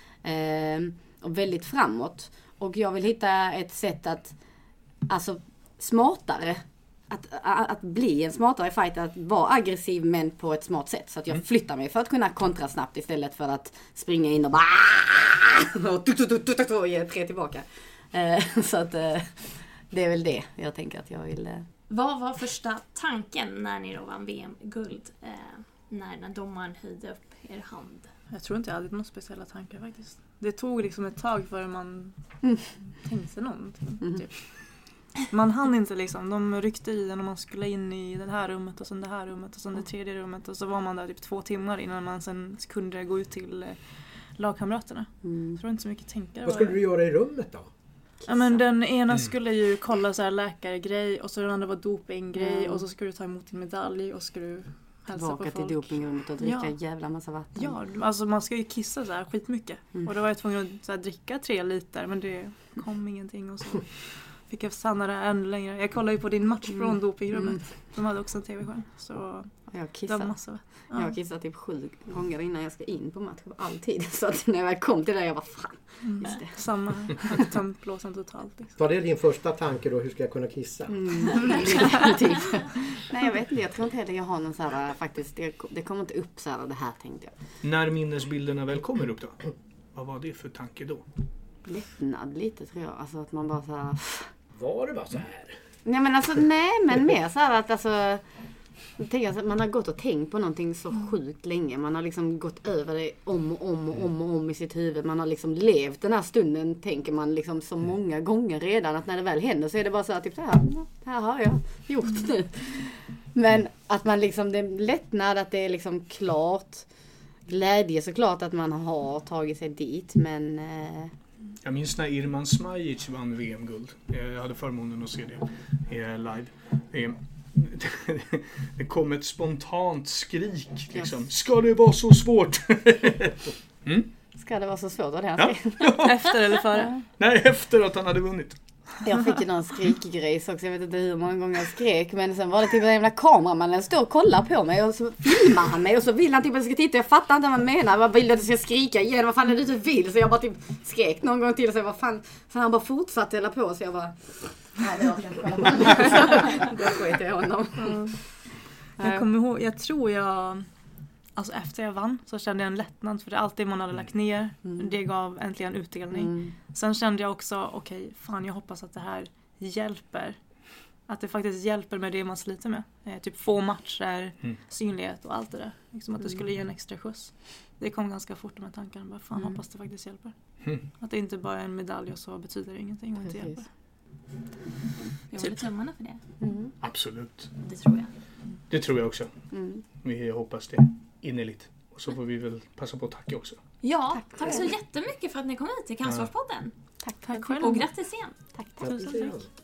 Och väldigt framåt. Och jag vill hitta ett sätt att... Alltså, smartare... Att bli en smartare fighter, att vara aggressiv men på ett smart sätt. Så att jag flyttar mig för att kunna kontra snabbt istället för att springa in och bara och ge 3 tillbaka. Så att det är väl det jag tänker att jag vill... Vad var första tanken när ni då vann VM-guld? När domaren höjde upp er hand? Jag tror inte jag hade några speciella tankar faktiskt. Det tog liksom ett tag för man tänkte någonting. Typ. Man hann inte liksom. De ryckte i den och man skulle in i det här rummet och sen det här rummet och sen det tredje rummet. Och så var man där typ 2 timmar innan man sen kunde gå ut till lagkamraterna. Jag tror inte så mycket tänka. Vad skulle du göra i rummet då? Ja, men den ena skulle ju kolla så här läkargrej och så den andra var dopinggrej och så skulle du ta emot din medalj och skulle du hälsa tillbaka på folk. till dopingrummet och dricka jävla massa vatten. Ja, alltså man ska ju kissa så här skitmycket. Och då var jag tvungen att så här, dricka 3 liter men det kom ingenting och så fick jag stanna där ännu längre. Jag kollade ju på din match från dopingrummet. De hade också en tv-skärm. Så jag kissade typ 7 gånger innan jag ska in på match. Alltid. Så att när jag väl kom till det jag var fan. Just det. Samma. Tömplåsen totalt. Liksom. Var det din första tanke då? Hur ska jag kunna kissa? Typ. Nej, jag vet inte. Jag tror inte heller jag har någon så här faktiskt. Det kommer inte upp så här, det här tänkte jag. När minnesbilderna väl kommer upp då? Vad var det för tanke då? Lättnad lite tror jag. Alltså att man bara så här... Var det bara så här? Nej men alltså, men mer så här att alltså... Man har gått och tänkt på någonting så sjukt länge. Man har liksom gått över det om i sitt huvud. Man har liksom levt den här stunden, tänker man liksom så många gånger redan. Att när det väl händer så är det bara så här, typ så här, det här har jag gjort nu. Men att man liksom, det är lättnad att det är liksom klart. Glädje såklart att man har tagit sig dit, men... Jag minns när Irman Smajic vann VM-guld. Jag hade förmånen att se det live. Det kom ett spontant skrik. Liksom. Ska det vara så svårt? Ska det vara så svårt? Det ja. Efter eller före? Nej, efter att han hade vunnit. Jag fick ju någon skrikgrejs också. Jag vet inte hur många gånger jag skrek. Men sen var det typ en jävla kameramannen står och kollar på mig. Och så filmar han mig. Och så vill han typ att jag ska titta. Jag fattar inte vad han menar. Vad vill du att jag ska skrika igen? Vad fan är det du vill? Så jag bara typ skrek någon gång till. Och så jag bara fan. Så han bara fortsatte hela på. Så jag bara... Nej, det var kanske. Då skit jag honom. Jag kommer ihåg. Jag tror jag... Alltså efter jag vann så kände jag en lättnad. För det är alltid man hade lagt ner. Det gav äntligen utdelning. Sen kände jag också, okej, fan jag hoppas att det här hjälper. Att det faktiskt hjälper med det man sliter med. Typ få matcher, synlighet och allt det där. Liksom att det skulle ge en extra skjuts. Det kom ganska fort de här tankarna. Bara, fan hoppas det faktiskt hjälper. Att det inte bara är en medalj och så betyder det ingenting och inte hjälper. Jag håller tummarna för det. Absolut. Det tror jag. Det tror jag också. Vi hoppas det innerligt. Och så får vi väl passa på att tacka också. Ja, tack så jättemycket för att ni kom hit till Kampsportspodden. Tack själv. Och grattis igen. Tack. Tusen tack.